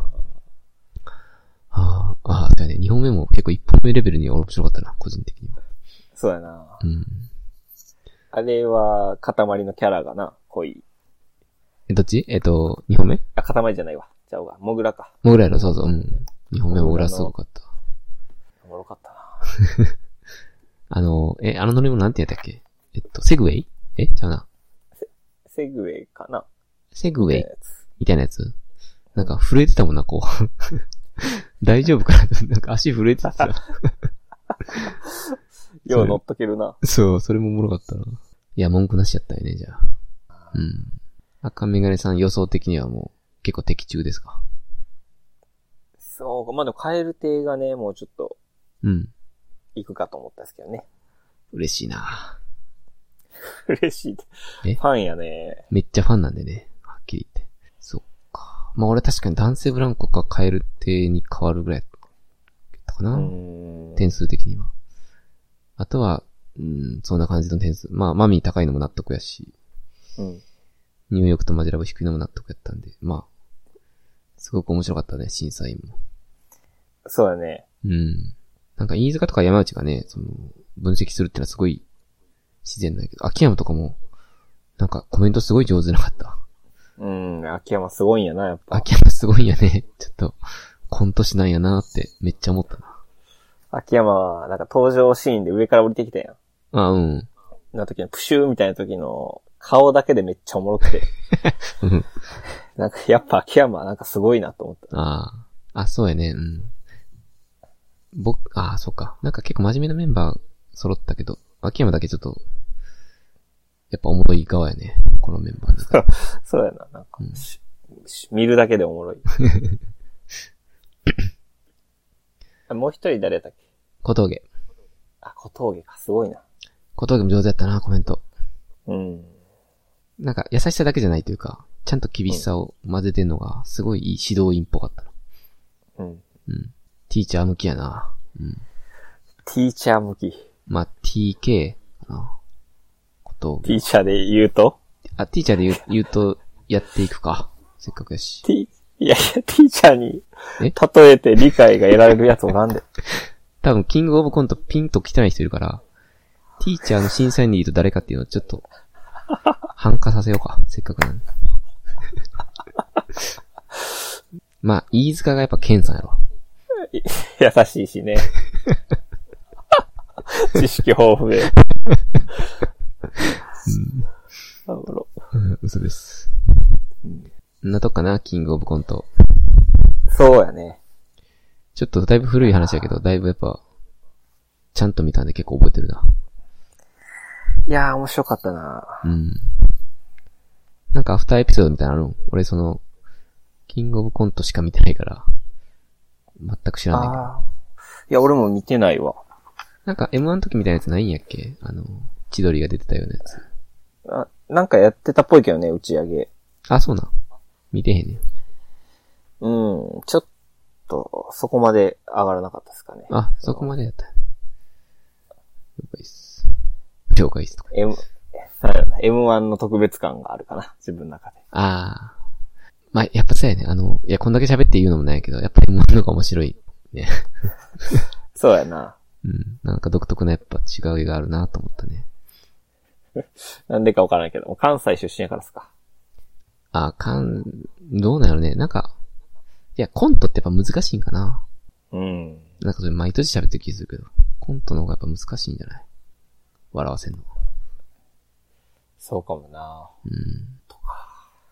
そうやね。2本目も結構1本目レベルには面白かったな、個人的には。 そうやな。 うん。 あれは、塊のキャラがな、濃い。 どっち2本目？ 塊じゃないわ。ちゃうわ。モグラか。 モグラやろ、そうそう。うん。2本目モグラすごかった。 おもろかったな。 あの乗り物なんてやったっけ？セグウェイ？ちゃうな。 セグウェイかな。 セグウェイみたいなやつ？なんか震えてたもんな、こう。大丈夫かななんか足震えてた。 よう乗っとけるな。 そう、それもおもろかったな。いや、文句なしやったよね、じゃあ。うん。赤メガネさん予想的にはもう結構的中ですか？ そう、まあでもカエル亭がね、もうちょっと、行くかと思ったんですけどね。 嬉しいな。 嬉しい。ファンやね。 めっちゃファンなんでね、はっきり言って。そっか。まあ俺確かに男性ブランコかカエル亭に変わるぐらいだったかな。点数的には。あとは、そんな感じの点数。まあ、マミー高いのも納得やし。ニューヨークとマジラブ低いのも納得やったんで。まあ、すごく面白かったね、審査員も。 そうだね。 なんか飯塚とか山内がね、分析するってのはすごい自然だけど、秋山とかも、なんかコメントすごい上手じゃなかった。 秋山すごいんやな、やっぱ。 秋山すごいんやね。ちょっと、コント師なんやなってめっちゃ思ったな。 秋山は、なんか登場シーンで上から降りてきたやん。の時のプシューみたいな時の顔だけでめっちゃおもろくて。なんかやっぱ秋山なんかすごいなと思った。 そうやね。そうか。なんか結構真面目なメンバー揃ったけど、秋山だけちょっと、やっぱおもろい側やね。このメンバーに。 そうやな。なんか、見るだけでおもろい。もう一人誰やったっけ？ 小峠。 小峠か。すごいな。 小峠も上手やったな、コメント。なんか優しさだけじゃないというか、ちゃんと厳しさを混ぜてんのが、すごいいい指導員っぽかったな。ティーチャー向きやな。 ティーチャー向き。 まあ、TK かな。小峠。 ティーチャーで言うと？ ティーチャーで言うと、やっていくか。せっかくやし。 いや、ティーチャーに、例えて理解が得られるやつをなんで。 多分、キングオブコントピンと来てない人いるから、ティーチャーの審査員で言うと誰かっていうのをちょっと、反化させようか。せっかくなんで。まあ、飯塚がやっぱケンさんやろ。 優しいしね。知識豊富で。 嘘です。んなとこかな、キングオブコント。 そうやね。 ちょっとだいぶ古い話やけど、だいぶやっぱ、ちゃんと見たんで結構覚えてるな。 いやー、面白かったな。 なんかアフターエピソードみたいなの俺キングオブコントしか見てないから、全く知らないけど。 いや、俺も見てないわ。 なんか M1 の時みたいなやつないんやっけ？千鳥が出てたようなやつ。 なんかやってたっぽいけどね、打ち上げ。 あ、そうなん。見てへんねん。 ちょっと、そこまで上がらなかったですかね。 あ、そこまでやった。了解っす。了解っすとか。 M1 の特別感があるかな、自分の中で。 ああ。まあ、やっぱそうやね。いや、こんだけ喋って言うのもないけど、やっぱ M1 の方が面白い。ね。 そうやな。 うん。なんか独特なやっぱ違いがあるなと思ったね。 なんでかわからないけど、関西出身やからっすか。 どうなんやろね。なんか、いや、コントってやっぱ難しいんかな。なんかそれ毎年喋ってる気するけど、コントの方がやっぱ難しいんじゃない？笑わせんの。 そうかもな。とか。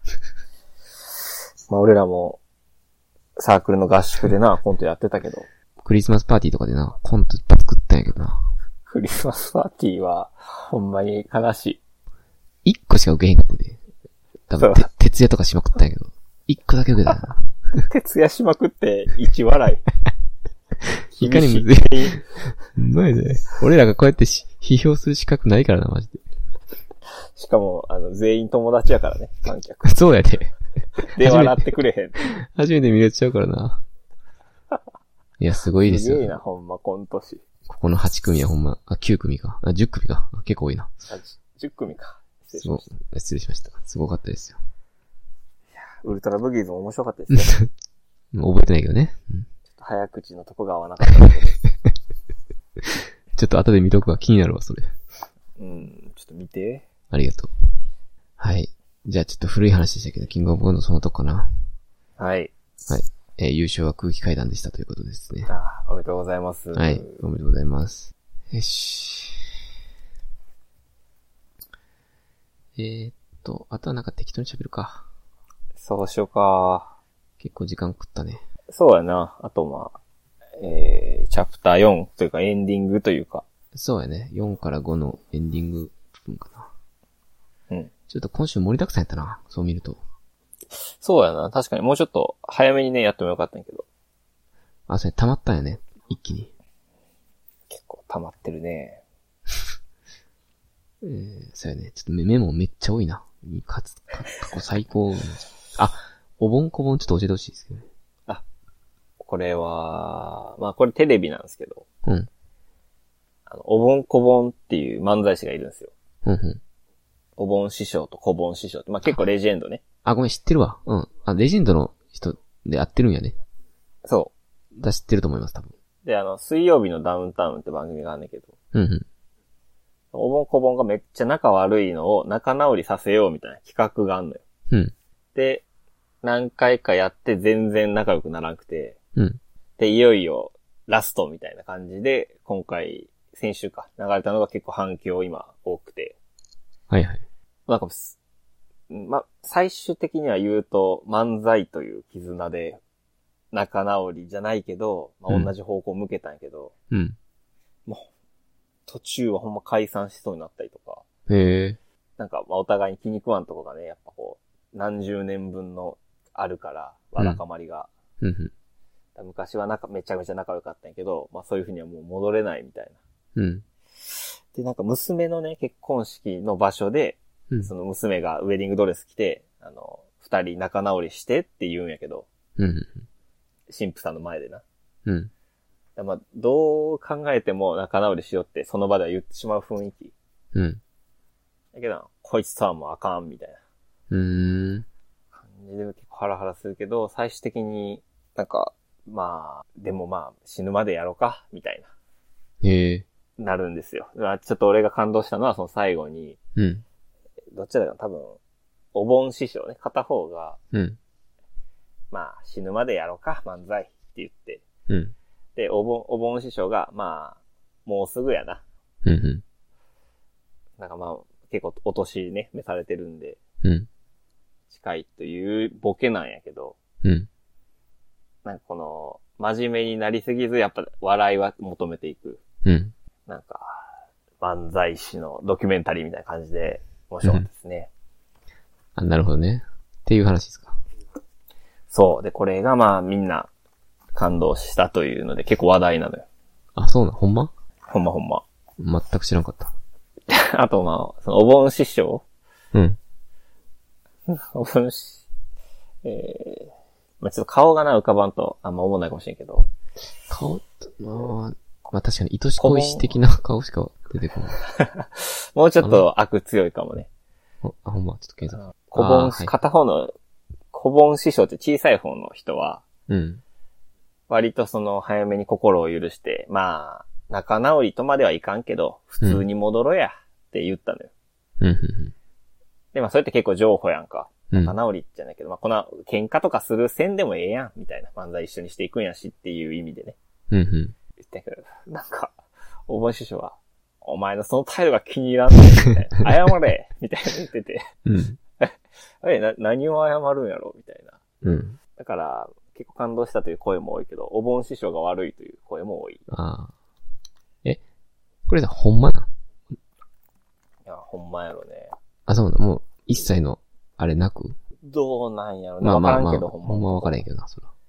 まあ俺らも、サークルの合宿でな、コントやってたけど。 クリスマスパーティーとかでな、コントいっぱい作ったんやけどな。 クリスマスパーティーは、ほんまに悲しい。1個しか受けへんかってて。多分、徹夜とかしまくったんやけど。1個だけ受けたよな。 徹夜しまくって、1笑い。いかにむずい。マジで。俺らがこうやって批評する資格ないからな、マジで。 しかも、全員友達やからね、観客。 そうやで。 で、笑ってくれへん。 初めて見れちゃうからな。いや、すごいですよ。 すげえな、ほんま、コント師。 ここの8組はほんま、9組か。10組か。結構多いな。 10組か。 失礼しました。すごかったですよ。 いや、ウルトラブギーズも面白かったですね。 覚えてないけどね。 ちょっと早口のとこが合わなかったけど。 ちょっと後で見とくわ。気になるわ、それ。 ちょっと見て。 ありがとう。はい。じゃあちょっと古い話でしたけど、キングオブコントそのとこかな。 はい。 はい。優勝は空気階段でしたということですね。 おめでとうございます。 はい。おめでとうございます。よし。あとはなんか適当に喋るか。 そうしようか。 結構時間食ったね。 そうやな。あとまあ、チャプター4というかエンディングというか。 そうやね。4から5のエンディング部分かな。ちょっと今週盛りだくさんやったな。そう見ると。 そうやな。確かにもうちょっと早めにね、やってもよかったんやけど。 それ溜まったんやね。一気に。 結構溜まってるね。 そうやね。ちょっとメモめっちゃ多いな。過去最高。おぼんこぼんちょっと教えてほしいですけどね。 これは、まあこれテレビなんですけど。おぼんこぼんっていう漫才師がいるんですよ。おぼん師匠とこぼん師匠って、まあ結構レジェンドね。 ごめん、知ってるわ。レジェンドの人で会ってるんやね。 そう。 知ってると思います、多分。 で、水曜日のダウンタウンって番組があるんだけど。おぼんこぼんがめっちゃ仲悪いのを仲直りさせようみたいな企画があんのよ。で、何回かやって全然仲良くならなくて。で、いよいよラストみたいな感じで、今回、先週か、流れたのが結構反響今多くて。 はいはい。 なんか、最終的には言うと漫才という絆で仲直りじゃないけど、同じ方向を向けたんやけど、もう途中はほんま解散しそうになったりとか、なんかお互いに気に食わんとこがね、やっぱこう何十年分のあるからわだかまりが、昔はめちゃめちゃ仲良かったんやけど、そういう風にはもう戻れないみたいな。で、なんか娘のね、結婚式の場所で、その娘がウェディングドレス着て、二人仲直りしてって言うんやけど、神父さんの前でな。どう考えても仲直りしようってその場では言ってしまう雰囲気。だけど、こいつとはもうあかんみたいな。感じで結構ハラハラするけど、最終的になんか、でも死ぬまでやろうか、みたいな。なるんですよ。ちょっと俺が感動したのはその最後に、どっちだろう多分、お盆師匠ね、片方が、死ぬまでやろうか、漫才って言って、で、お盆師匠が、もうすぐやな。なんか結構お年ね、召されてるんで、近いというボケなんやけど、なんかこの、真面目になりすぎず、やっぱ笑いは求めていく。なんか、漫才師のドキュメンタリーみたいな感じで、面白かったですね。 なるほどね。っていう話ですか。 そう。で、これがみんな感動したというので結構話題なのよ。 そうなのほんま？ ほんまほんま。 全く知らんかった。 あとそのお盆師匠うん。 お盆師、ちょっと顔が浮かばんとあんま思わないかもしれんけど。 顔確かに愛し恋し的な顔しか出てこない。 もうちょっと悪強いかもね。 ほんま、ちょっと検索。 片方の小盆師匠って小さい方の人は、 うん。 割と早めに心を許して、仲直りとまではいかんけど、普通に戻ろやって言ったのよ。 うん。 で、それって結構情報やんか。仲直りじゃないけど、この喧嘩とかする線でもええやん、みたいな。漫才一緒にしていくんやしっていう意味でね。 言ったけど、お盆師匠は、お前のその態度が気に入らんねん、みたいな。謝れみたいな言ってて。 うん。 何を謝るんやろみたいな。 うん。 だから、結構感動したという声も多いけど、お盆師匠が悪いという声も多い。 ああ。これほんまな？ いや、ほんまやろね。 あ、そうな。もう、一切の、あれなく？ どうなんやろね。わからんけど、 ほんまわからんけどな、そら。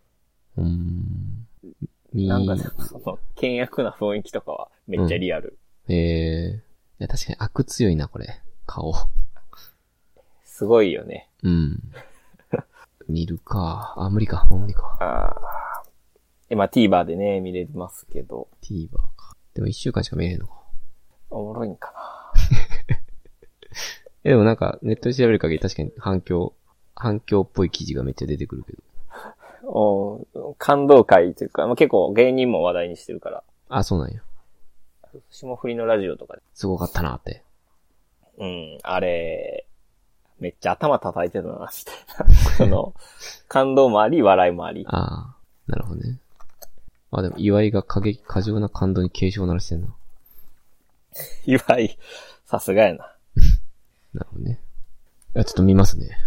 なんか、険悪な雰囲気とかはめっちゃリアル。 いや、確かに悪強いな、これ。顔。 すごいよね。 うん。見るか。無理か。もう無理か。 TVer でね、見れますけど。 TVer か。でも1週間しか見えへんのか。 おもろいんかな。 でもなんか、ネットで調べる限り確かに反響っぽい記事がめっちゃ出てくるけど。感動会というか、結構芸人も話題にしてるから。 あ、そうなんや。 霜降りのラジオとかで。 すごかったなって。 うん、あれ、めっちゃ頭叩いてたな、みたいな。感動もあり、笑いもあり。 ああ、なるほどね。でも、岩井が過剰な感動に警鐘を鳴らしてんな。 岩井、さすがやな。 なるほどね。ちょっと見ますね。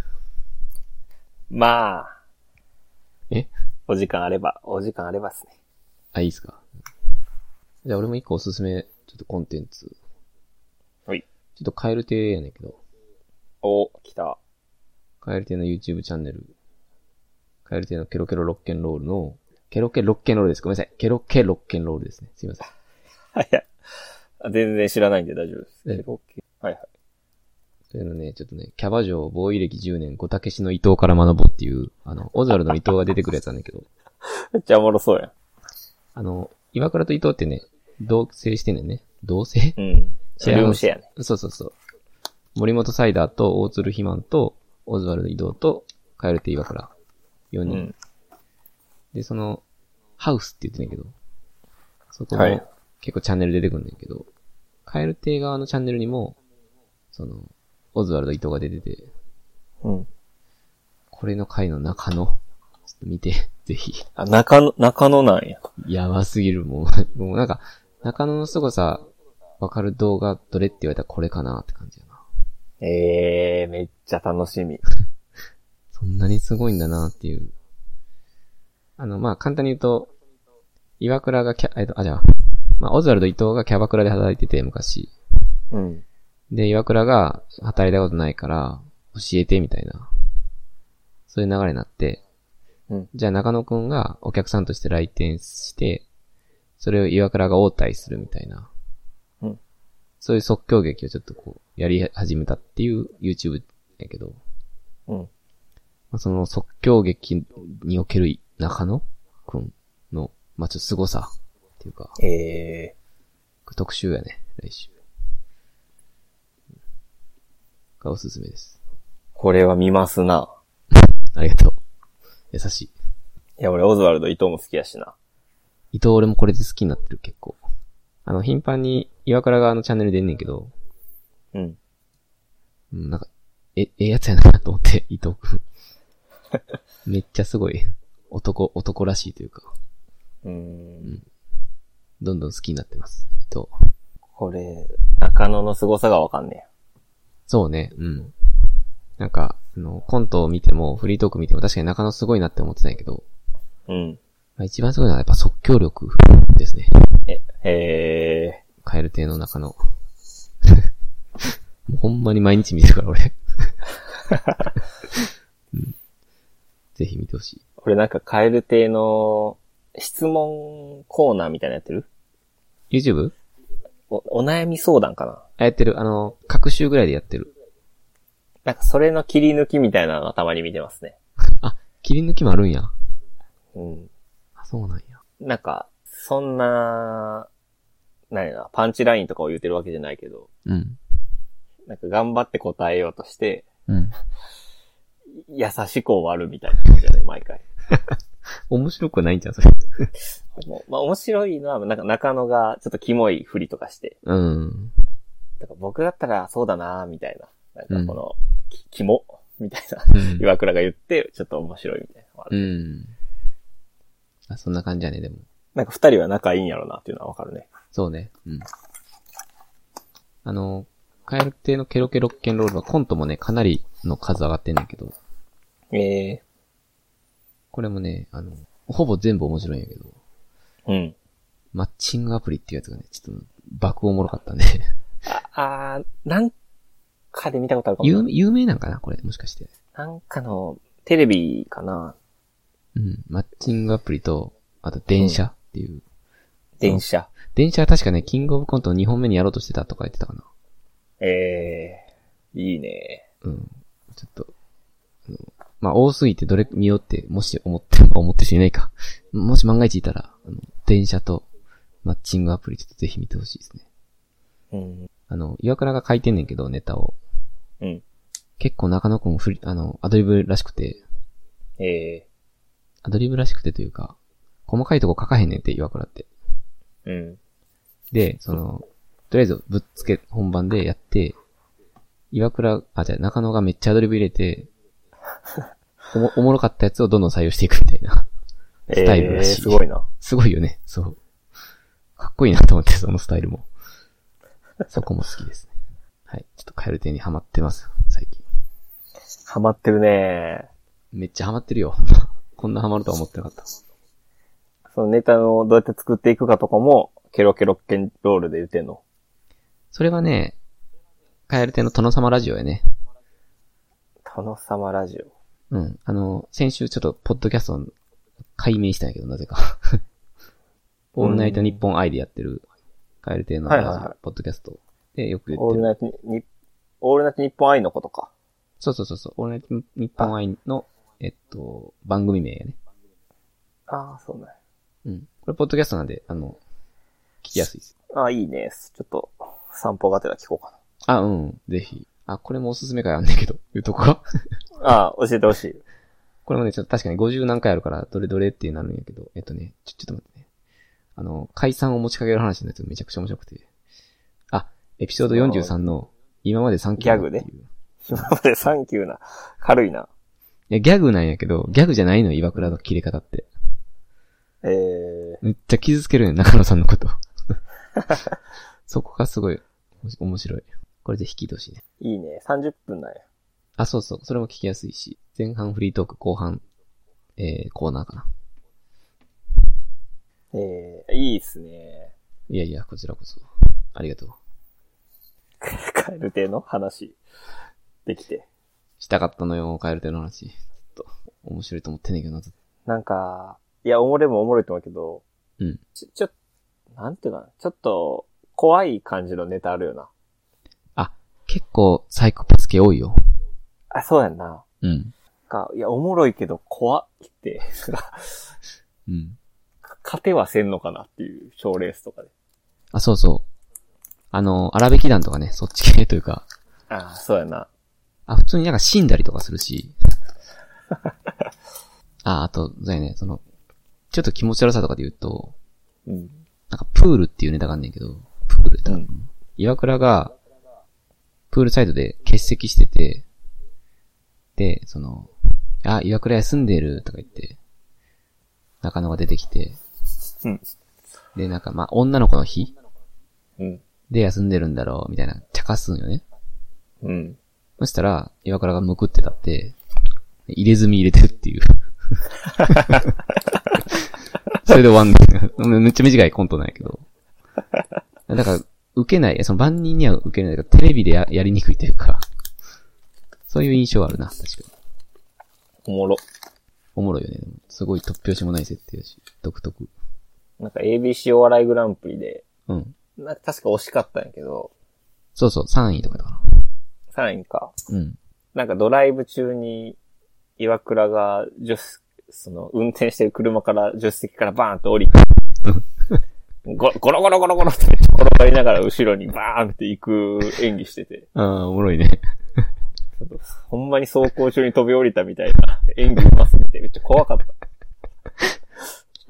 お時間あればっすね。 いいっすか。じゃあ俺も一個おすすめ、ちょっとコンテンツ。 はい。 ちょっとカエル亭やねんけど。 来た。 カエル亭の YouTube チャンネル。カエル亭のケロケロロッケンロールの、ケロケロッケンロールです。ごめんなさい。ケロケロッケンロールですね。すいません。 いや、全然知らないんで大丈夫です。はいはい。 そういうのね、ちょっとね、キャバ嬢ボーイ歴10年、ごたけしの伊藤から学ぼうっていう、オズワルドの伊藤が出てくるやつなんだけど。 めっちゃおもろそうやん。岩倉と伊藤ってね、同棲してんねんね。同棲？ うん。ルームシェアね。 そう。森本サイダーと大鶴ひまんと、オズワルド伊藤と、カエル亭岩倉。4人。うん、で、ハウスって言ってんねんけど、そこも結構チャンネル出てくんねんけど、カエル亭側のチャンネルにも、オズワルド伊藤が出てて、 うん。 これの回の中野、ちょっと見て、ぜひ。 中野なんや。 やばすぎる、もうなんか、中野の凄さ、わかる動画どれって言われたらこれかなって感じやな。 めっちゃ楽しみ。 そんなにすごいんだなっていう。簡単に言うと、岩倉がオズワルド伊藤がキャバクラで働いてて、昔。 うん。 で、岩倉が働いたことないから、教えてみたいな。そういう流れになって、 うん。 じゃあ中野くんがお客さんとして来店して、それを岩倉が応対するみたいな。 うん。 そういう即興劇をちょっとやり始めたっていう YouTube やけど。 うん。 その即興劇における中野くんの、ちょっと凄さっていうか。特集やね、来週。がおすすめです。 これは見ますな。 ありがとう。優しい。 いや、俺オズワルド伊藤も好きやしな。 伊藤俺もこれで好きになってる結構。頻繁に岩倉側のチャンネル出んねんけど。 うん。 なんか、ええやつやなと思って、伊藤くん。めっちゃすごい、男らしいというか。うん。どんどん好きになってます、伊藤。 これ、中野の凄さがわかんねえ。 そうね、うん。なんか、コントを見ても、フリートーク見ても確かに中野すごいなって思ってたんやけど。 うん。 一番すごいのはやっぱ即興力ですね。カエル亭の中野。もうほんまに毎日見てるから俺。うん、ぜひ見てほしい。 俺なんかカエル亭の質問コーナーみたいなやってる？ YouTube？ お悩み相談かな。 やってる。各週ぐらいでやってる。 なんかそれの切り抜きみたいなのがたまに見てますね。 あ、切り抜きもあるんや。 うん。 あ、そうなんや。 なんか、そんな、何やな、パンチラインとかを言ってるわけじゃないけど、 うん。 なんか頑張って答えようとして、 うん。 優しく終わるみたいな感じだね、毎回。 面白くないんじゃん、それ。 まあ面白いのは、なんか中野がちょっとキモいふりとかして。 うん。 だから僕だったらそうだなみたいな。なんかこの、キモみたいな、岩倉が言って、ちょっと面白いみたいな。 うん。あ、そんな感じやね、でも。 なんか二人は仲いいんやろなっていうのはわかるね。 そうね。うん。カエル亭のケロケロッケンロールはコントもね、かなりの数上がってんねんけど。これもね、ほぼ全部面白いんやけど。 うん。 マッチングアプリっていうやつがね、ちょっと爆おもろかったね。 なんかで見たことあるかも。 有名なんかなこれ、もしかして。 なんかの、テレビかな。 うん。マッチングアプリと、あと電車っていう。 電車は確かね、キングオブコント2本目にやろうとしてたとか言ってたかな。 いいね。 うん。ちょっと、まあ、多すぎてどれ見ようって、もし思ってしないか。もし万が一いたら、電車とマッチングアプリちょっとぜひ見てほしいですね。 うん。 岩倉が書いてんねんけど、ネタを。 うん。 結構中野くんアドリブらしくて。アドリブらしくてというか、細かいとこ書かへんねんって、岩倉って。 うん。 で、とりあえずぶっつけ本番でやって、中野がめっちゃアドリブ入れて、おもろかったやつをどんどん採用していくみたいな、スタイルらしい。 すごいな。 すごいよね。そう。かっこいいなと思って、そのスタイルも。そこも好きですね。はい。ちょっとカエル亭にハマってます、最近。 ハマってるね。 めっちゃハマってるよ。こんなハマるとは思ってなかった。 そのネタのどうやって作っていくかとかも、ケロケロッケンロールで言ってんの？ それはね、カエル亭の殿様ラジオやね。 殿様ラジオ。 うん。先週ちょっとポッドキャスト解明したんやけど、なぜか。オールナイトニッポンアイでやってるカエル亭のラジオ、ポッドキャストでよく言ってる。 オールナイトニッポンアイのことか。 そう。オールナイトニッポンアイの、番組名やね。 ああ、そうね。 うん。これポッドキャストなんで、聞きやすいです。 いいね。ちょっと、散歩がてら聞こうかな。うん。ぜひ。これもおすすめ回あんねんけど、言うとこか教えてほしい。 これもね、ちょっと確かに50何回あるから、どれってなるんやけど、ちょっと待ってね。解散を持ちかける話のやつめちゃくちゃ面白くて。エピソード43の、今までサンキュー。 ギャグね。今までサンキューな。軽いな。 いや、ギャグなんやけど、ギャグじゃないの、岩倉の切れ方って。めっちゃ傷つけるね、中野さんのこと。そこがすごい面白い。これぜひ聞いてほしいね。 いいね。30分なんや。 そう。それも聞きやすいし。前半フリートーク、後半、コーナーかな。 いいっすね。 いや、こちらこそ。ありがとう。 カエル亭の話、できて。 したかったのよ、カエル亭の話。ちょっと、面白いと思ってんねんけどな、ずっと。 なんか、いや、おもろいと思うけど、 うん。 なんていうかな、ちょっと、怖い感じのネタあるよな。 結構、サイコパス系多いよ。 そうやんな。 うん。 いや、おもろいけど、怖いって、 うん。 勝てはせんのかなっていう、賞レースとかで。 そう。荒引き団とかね、そっち系というか。 そうやな。 普通になんか死んだりとかするし。あと、そうやね、ちょっと気持ち悪さとかで言うと、 うん。 なんかプールっていうネタがあんねんけど、プールだ。岩倉が、プールサイドで欠席してて、で、岩倉休んでるとか言って、中野が出てきて、 うん。 で、なんか女の子の日うん。 で休んでるんだろう、みたいな、茶化すんよね。 うん。 そしたら、岩倉がむくってたって、入れ墨入れてるっていう。それで終わんねん。めっちゃ短いコントなんやけど。だから、受けない、万人には受けないけど、テレビでやりにくいというか、そういう印象あるな、確かに。おもろいよね。すごい突拍子もない設定だし、独特。 なんか ABC お笑いグランプリで、 うん。 なんか確か惜しかったんやけど。 そうそう、3位とかだかな。3位か。 うん。 なんかドライブ中に、岩倉が、運転してる車から助手席からバーンと降りて、ゴロゴロゴロゴロって転がりながら後ろにバーンって行く演技してて。 ああ、おもろいね。 ほんまに走行中に飛び降りたみたいな演技うますぎてめっちゃ怖かった。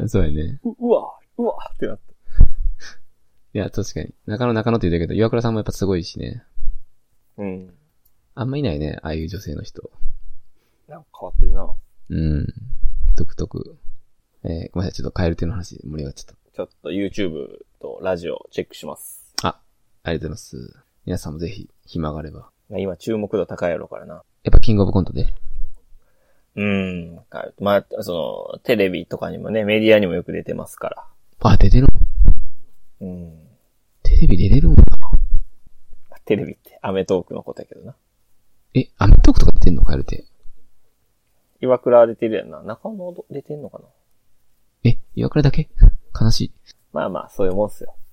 そうやね。 うわってなった。 いや、確かに。中野って言ったけど、岩倉さんもやっぱすごいしね。 うん。 あんまいないね、ああいう女性の人。 なんか変わってるな。 うん。独特。ごめんなさい、ちょっとカエル亭の話盛り上がっちゃった。 ちょっと YouTube とラジオチェックします。 ありがとうございます。皆さんもぜひ、暇があれば。 今注目度高いやろからな。 やっぱキングオブコントでまあ、テレビとかにもね、メディアにもよく出てますから。 あ、出てるうん。 テレビ出れるんだ。 テレビって、アメトークのことやけどな。 アメトークとか出てんのカエル亭。岩倉出てるやんな。中野出てんのかな。 岩倉だけ悲しい。 まあまあ、そういうもんっすよ。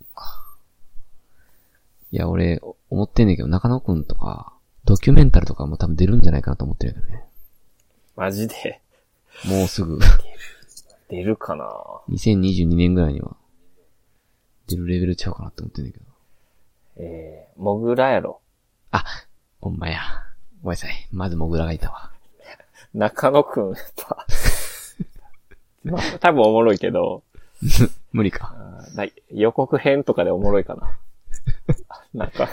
いや、俺、思ってんねんけど、中野くんとか、ドキュメンタルとかも多分出るんじゃないかなと思ってるけどね。 マジでもうすぐ。 出るかな。 2022年ぐらいには、出るレベルちゃうかなって思ってんねんけど。 モグラやろ。 あ、ほんまや。ごめんなさい。まずモグラがいたわ。 中野くん、やっぱ。まあ、多分おもろいけど。 無理か。 予告編とかでおもろいかな。なんか、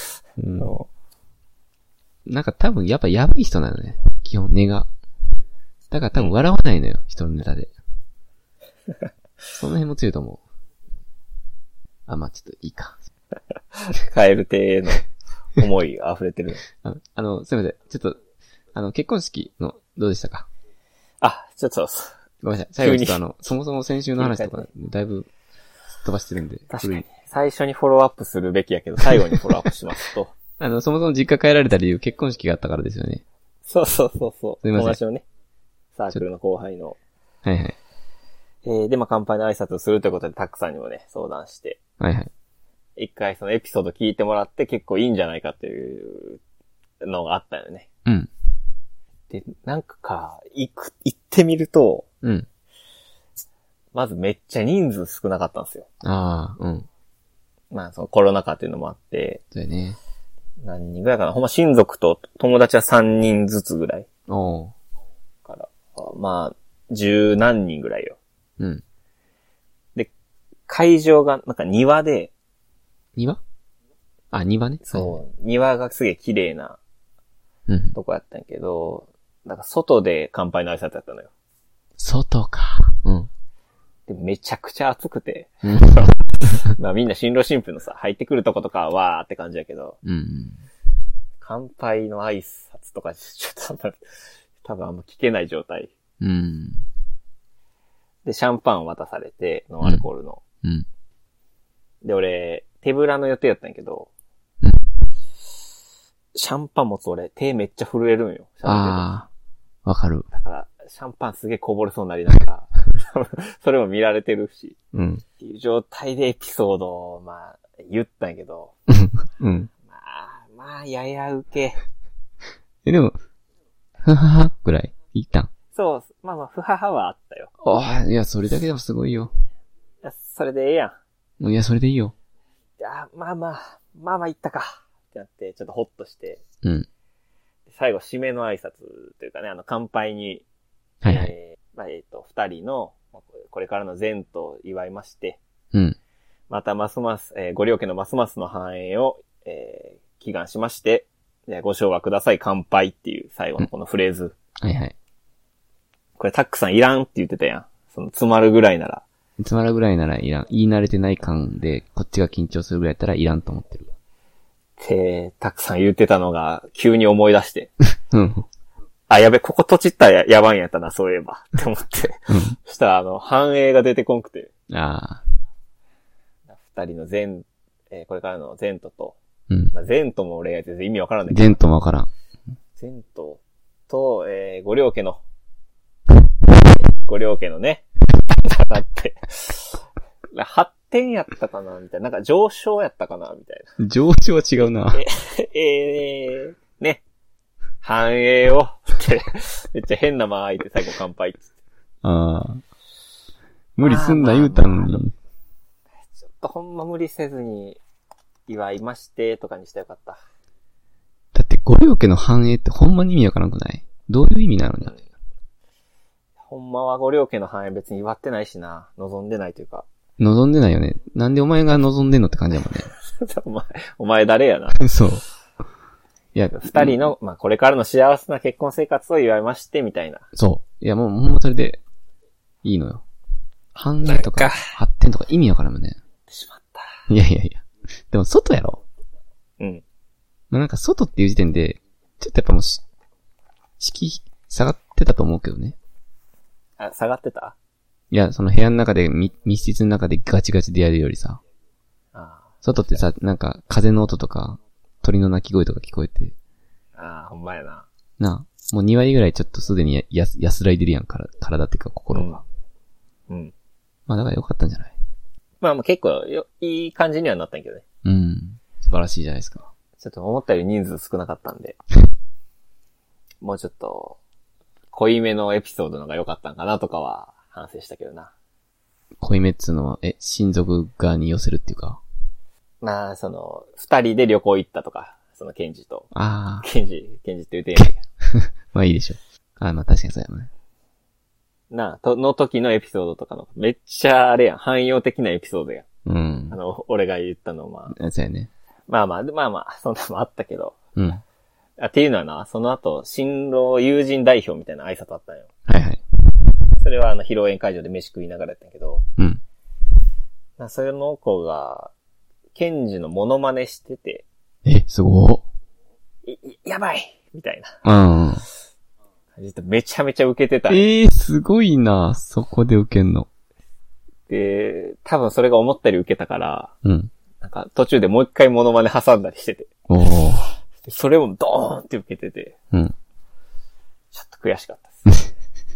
なんか多分やっぱやばい人なのね。基本、根が。だから多分笑わないのよ。人のネタで。その辺も強いと思う。まあちょっといいか。 カエル亭の思いが溢れてる。 すいません。ちょっと、結婚式の、どうでしたか？ ちょっと、 ごめんなさい。最後にちょっとそもそも先週の話とか、だいぶ飛ばしてるんで。 確かに。最初にフォローアップするべきやけど、最後にフォローアップしますと。 そもそも実家帰られた理由、結婚式があったからですよね。 そう。すいません。友達のね、サークルの後輩の。 はいはい。 で、乾杯の挨拶をするということで、タックさんにもね、相談して。 はいはい。 一回そのエピソード聞いてもらって結構いいんじゃないかっていうのがあったよね。 うん。 で、なんか行ってみると、 うん。 まずめっちゃ人数少なかったんですよ。 うん。 まあ、そのコロナ禍っていうのもあって。 そうやね。 何人ぐらいかな。ほんま親族と友達は3人ずつぐらい。から、まあ、10何人ぐらいよ。 うん。 で、会場がなんか庭で。 庭ね。 そう。庭がすげえ綺麗なとこやったんやけど、なんか外で乾杯の挨拶やったのよ。 外か。うん。 で、めちゃくちゃ暑くて。まあみんな新郎新婦のさ、入ってくるとことかはわーって感じやけど、乾杯の挨拶とかちょっと多分あんま聞けない状態。で、シャンパン渡されて、ノンアルコールの。で、俺、手ぶらの予定やったんやけど、シャンパン持つ俺、手めっちゃ震えるんよ。 わかる。 だから、シャンパンすげえこぼれそうになりながら、それも見られてるし、っていう状態でエピソードを、まあ、言ったんやけど、まあ、やや受け。 でも、ふははぐらい言ったん？ そう、まあ、ふはははあったよ。 いや、それだけでもすごいよ。 それでええやん。 いや、それでいいよ。 まあ言ったか。ってなって、ちょっとホッとして。最後、締めの挨拶というかね、乾杯に、二人の、これからの前途を祝いまして、またますます、ご両家のますますの繁栄を、祈願しまして、ご唱和ください、乾杯っていう最後のこのフレーズ。これタックさんいらんって言ってたやん。詰まるぐらいなら。 詰まるぐらいならいらん。言い慣れてない感で、こっちが緊張するぐらいやったらいらんと思ってる。 タクさん言ってたのが、急に思い出して。やべ、ここ閉じったらやばいんやったな、そういえば。って思って。したら、繁栄が出てこんくて。二人のこれからの前途と。前途も俺が全然意味わからんねんけど。 前途もわからん。 前途と、ご両家のね。だって、はっ展やったかなみたいな。なんか上昇やったかなみたいな。 上昇は違うな。 ね。繁栄をってめっちゃ変な間空いて最後乾杯って。 ああ。無理すんな言うたのに。 ちょっとほんま無理せずに祝いましてとかにしたらよかった。 だってご両家の繁栄ってほんまに意味わからんくない？どういう意味なのにあれ。 ほんまはご両家の繁栄別に祝ってないしな。望んでないというか。 望んでないよね。なんでお前が望んでんのって感じだもんね。お前誰やな。 そう。いや、 二人の、まあ、これからの幸せな結婚生活を祝いまして、みたいな。 そう。いや、もうほんまそれで、いいのよ。繁栄とか、発展とか意味わからんもんね。 しまった。 いやいやいや。でも外やろ？ うん。 まあ、なんか外っていう時点で、ちょっとやっぱもう敷居下がってたと思うけどね。 あ、下がってた？ いや、その部屋の中で、密室の中でガチガチでやるよりさ。外ってさ、なんか風の音とか、鳥の鳴き声とか聞こえて。 ああ、ほんまやな。 なあ、もう2割ぐらいちょっとすでに安らいでるやん、体っていうか心が。 うん。 まあだからよかったんじゃない？ まあ結構いい感じにはなったんやけどね。 うん。素晴らしいじゃないですか。 ちょっと思ったより人数少なかったんで。もうちょっと、濃いめのエピソードのが良かったんかなとかは反省したけどな。 濃いめっつうのは、親族側に寄せるっていうか。 まあ、二人で旅行行ったとか、ケンジと。 ああ。 ケンジって言うてんやけど。 まあいいでしょ。まあ確かにそうやもんね。 の時のエピソードとかの、めっちゃあれやん、汎用的なエピソードやん。 うん。 俺が言ったのまあ。 そうやね。 まあ、そんなのもあったけど。 うん。 っていうのはな、その後、新郎友人代表みたいな挨拶あったんよ。 はいはい。 それは披露宴会場で飯食いながらやったんやけど。 うん。 その子が、ケンジのモノマネしてて。 すごー。やばいみたいな。うん。めちゃめちゃ受けてた。 すごいな、そこで受けんの。 で、多分それが思ったより受けたから、 うん。 なんか途中でもう一回モノマネ挟んだりしてて。それもドーンって受けてて。 うん。 ちょっと悔しかったです。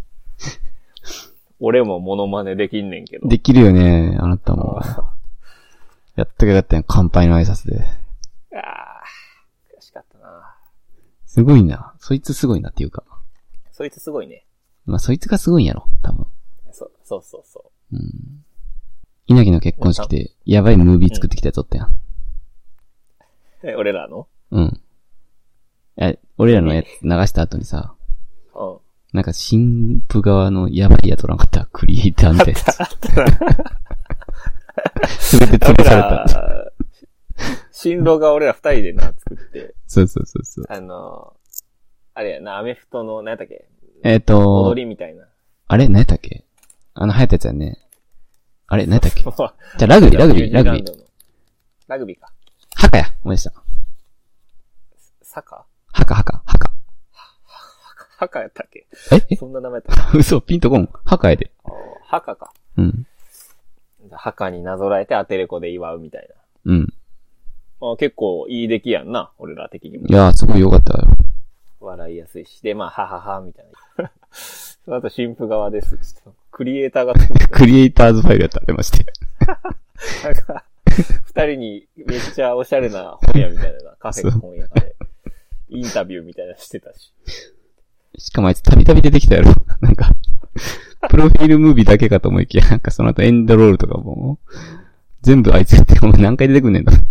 俺もモノマネできんねんけど。 できるよね、あなたも。やっとけよかったよ、乾杯の挨拶で。 悔しかったな。 すごいな。そいつすごいなっていうか。 そいつすごいね。 まあ、そいつがすごいんやろ、多分。 そう。 うん。稲城の結婚式で、やばいムービー作ってきたやつおったやん。 俺らの？ うん。俺らのやつ流した後にさ、なんか新婦側のやばいやつおらんかった？クリエイターみたいなやつ。すべて潰された。 新郎が俺ら二人でな、作って。 そう。 あれやな、アメフトの、何やったっけ？踊りみたいな。 あれ何やったっけ？流行ったやつやね。あれ何やったっけ？じゃあラグビー。ラグビーか。ハカや、思い出した。 サカ？ ハカ。 ハカやったっけ？そんな名前やったっけ？ 嘘、ピンとこん。ハカやで。 ハカか。 うん。 ハカになぞらえてアテレコで祝うみたいな。うん。 結構いい出来やんな、俺ら的にも。 いやー、すごい良かったよ。 笑いやすいし。で、まあ、ははは、みたいな。その後、新婦側です。クリエイターが作った。 クリエイターズファイルやったら出まして。 なんか、二人にめっちゃおしゃれな本屋みたいな、カフェの本屋で、インタビューみたいなのしてたし。 しかもあいつたびたび出てきたやろ。なんか、プロフィールムービーだけかと思いきや、なんかその後エンドロールとかも、全部あいつってお前何回出てくんねんだ。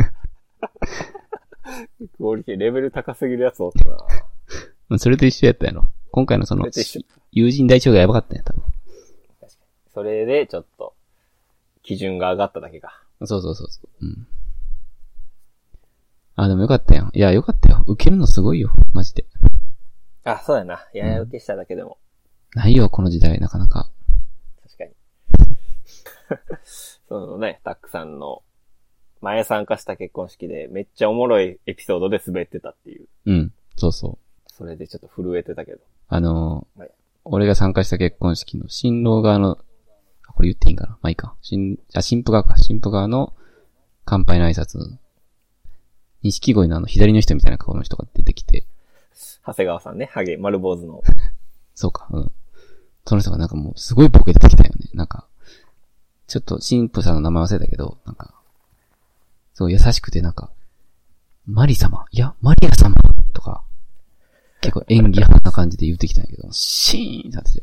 クオリティレベル高すぎるやつおったな。それと一緒やったやろ。今回のその、友人代表がやばかったんや、多分。 確かに。それでちょっと、基準が上がっただけか。 そう。うん。でもよかったよ。いや、よかったよ。受けるのすごいよ。マジで。 そうやな。やや受けしただけでも。 ないよ、この時代、なかなか。 確かに。そのね、タックさんの、前参加した結婚式でめっちゃおもろいエピソードで滑ってたっていう。 うん。そう。 それでちょっと震えてたけど。 俺が参加した結婚式の新郎側の、これ言っていいんかな？まあいいか。新婦側か。新婦側の乾杯の挨拶。錦鯉の左の人みたいな顔の人が出てきて。 長谷川さんね、ハゲ、丸坊主の。 そうか、うん。その人がなんかもうすごいボケ出てきたよね。なんか、 ちょっと神父さんの名前忘れたけど、なんか、そう優しくてなんか、マリ様、いや、マリア様とか、結構演技派な感じで言ってきたんやけど、シーンさってて。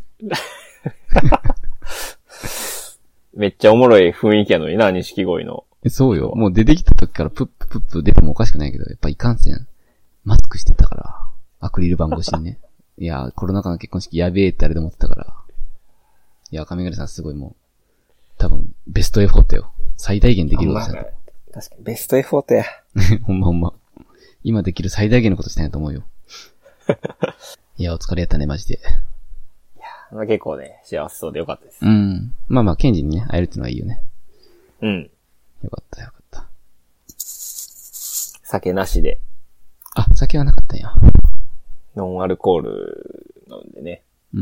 めっちゃおもろい雰囲気やのにな、錦鯉の。 そうよ。もう出てきた時からプッププップ出てもおかしくないけど、やっぱいかんせん。マスクしてたから、アクリル板越しにね。いや、コロナ禍の結婚式やべえってあれで思ってたから。いや、上村さんすごいもう、多分、ベストエフォートよ。最大限できることしたんだ。 確かに、ベストエフォートや。 ほんまほんま。今できる最大限のことしたんやと思うよ。いや、お疲れやったね、マジで。 いや、結構ね、幸せそうでよかったです。 うん。まあまあ、ケンジにね、会えるってのはいいよね。 うん。 よかったよかった。 酒なしで。 あ、酒はなかったんや。 ノンアルコール飲んでね。 うん。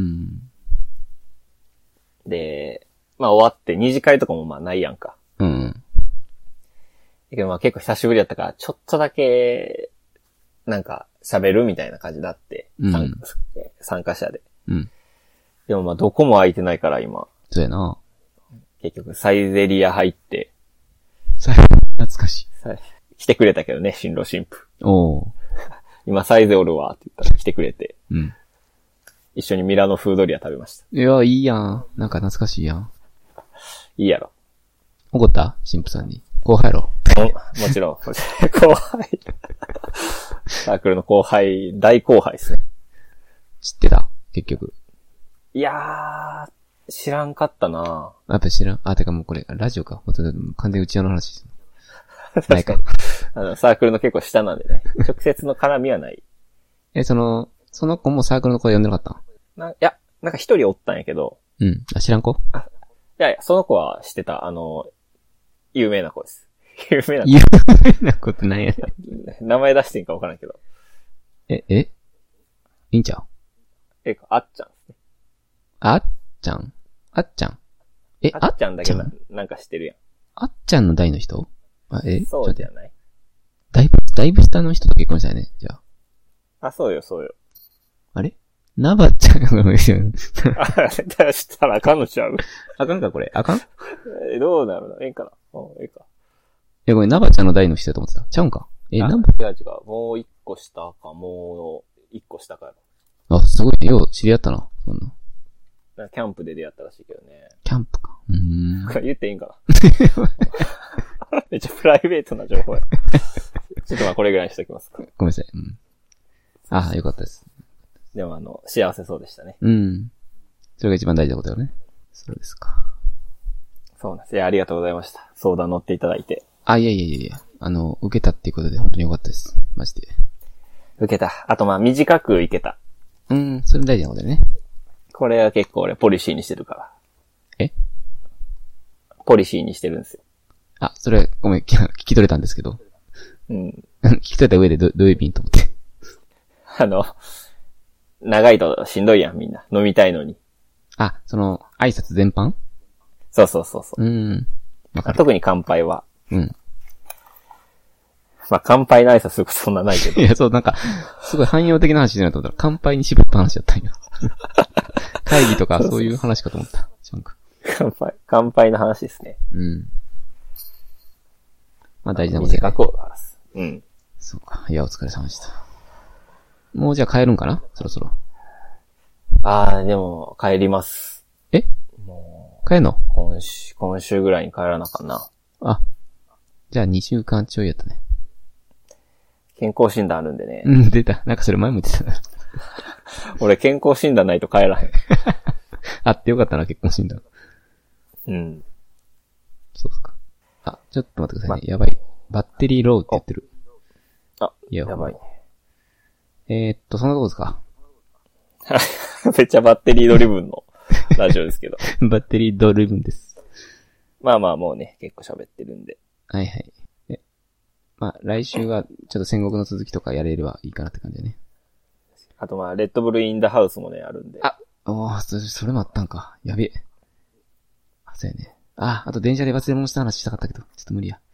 で、まあ終わって二次会とかもまあないやんか。 うん。だけどまあ結構久しぶりだったから、ちょっとだけ、なんか喋るみたいな感じになって、 うん、 参加者で。 うん。 でもまあどこも空いてないから今。 そうやな。 結局サイゼリア入って。 懐かしい。 来てくれたけどね、新郎新婦。 おー。 今サイゼおるわって言ったら来てくれて。 うん。 一緒にミラノフードリア食べました。 いや、いいやん。なんか懐かしいやん。 いいやろ。 怒った新婦さんに。後輩やろ。 もちろん。後輩。サークルの後輩、大後輩ですね。 知ってた結局。 いやー、知らんかったなぁ。やっぱ知らん。あ、てかもうこれ、ラジオか。完全に内輪の話です。ないか。 サークルの結構下なんでね。直接の絡みはない。 その子もサークルの子で呼んでなかったいや、なんか一人おったんやけど。 うん。あ、知らん子？ いや、その子は知ってた。有名な子です。有名な子って何やねん。名前出してんか分からんけど。 いいんちゃう？ あっちゃんですね。 あっちゃんあっちゃんあっちゃんだけなんか知ってるやん。 あっちゃんの代の人？ そうじゃない？ だいぶ下の人と結婚したよね、じゃあ。 そうよ、そうよ。 あれなばちゃんがですよね。 したらあかんのちゃう？ あかんかこれあかん？ どうなるの？ええかな？ええか。 いや、これなばちゃんの代の人だと思ってた。ちゃうんか？ 違う。もう一個下か、もう一個下かやろ。あ、すごいね。よう知り合ったな。そんな。キャンプで出会ったらしいけどね。 キャンプか。 言っていいんかな？めっちゃプライベートな情報や。ちょっとまあこれぐらいにしときますか。 ごめんなさい。うん。あ、よかったです。 でも幸せそうでしたね。 うん。それが一番大事なことだよね。そうですか。 そうなんです。ありがとうございました。相談乗っていただいて。 いや。受けたっていうことで本当によかったです。マジで。 受けた。あと短くいけた。 それ大事なことだよね。 これは結構俺ポリシーにしてるから。ポリシーにしてるんですよ。 あ、それ、ごめん、聞き取れたんですけど。 うん。 聞き取れた上でどういう意味と思って。 長いとしんどいやん、みんな。飲みたいのに。 あ、挨拶全般？ そう。特に乾杯は。 うん。 まあ、乾杯の挨拶することそんなないけど。 いや、そう、なんか、すごい汎用的な話じゃないと思ったら、乾杯に絞った話だったんや。会議とかそういう話かと思った。 乾杯の話ですね。 うん。まあ大事なことだね。 短く話す。うん。 そうか。いや、お疲れ様でした。もうじゃあ帰るんかな？そろそろ。 でも、帰ります。 もう。帰んの？ 今週ぐらいに帰らなあかんな。 あ。じゃあ2週間ちょいやったね。 健康診断あるんでね。 出た。なんかそれ前も言ってた。 俺健康診断ないと帰らへん。 あってよかったな、結婚診断。 うん。 そうっすか。ちょっと待ってくださいね。やばい。バッテリーローって言ってる。 やばい。 そんなとこですか？ めっちゃバッテリードリブンのラジオですけど。 バッテリードリブンです。 まあもうね、結構喋ってるんで。 はい。まあ来週はちょっと戦国の続きとかやれればいいかなって感じだね。 あとレッドブルインダハウスもね、あるんで。 それもあったんか。やべえ。そうやね。あと電車で忘れ物した話したかったけど、ちょっと無理や。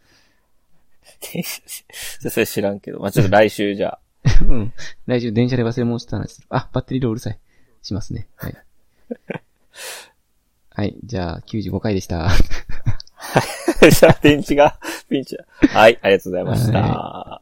それ知らんけど。まあ、ちょっと来週じゃあ。 うん。来週電車で忘れ物した話する。バッテリーローうるさい。しますね。はい。はい。じゃあ、95回でした。 電池が、ピンチだ。はい、ありがとうございました。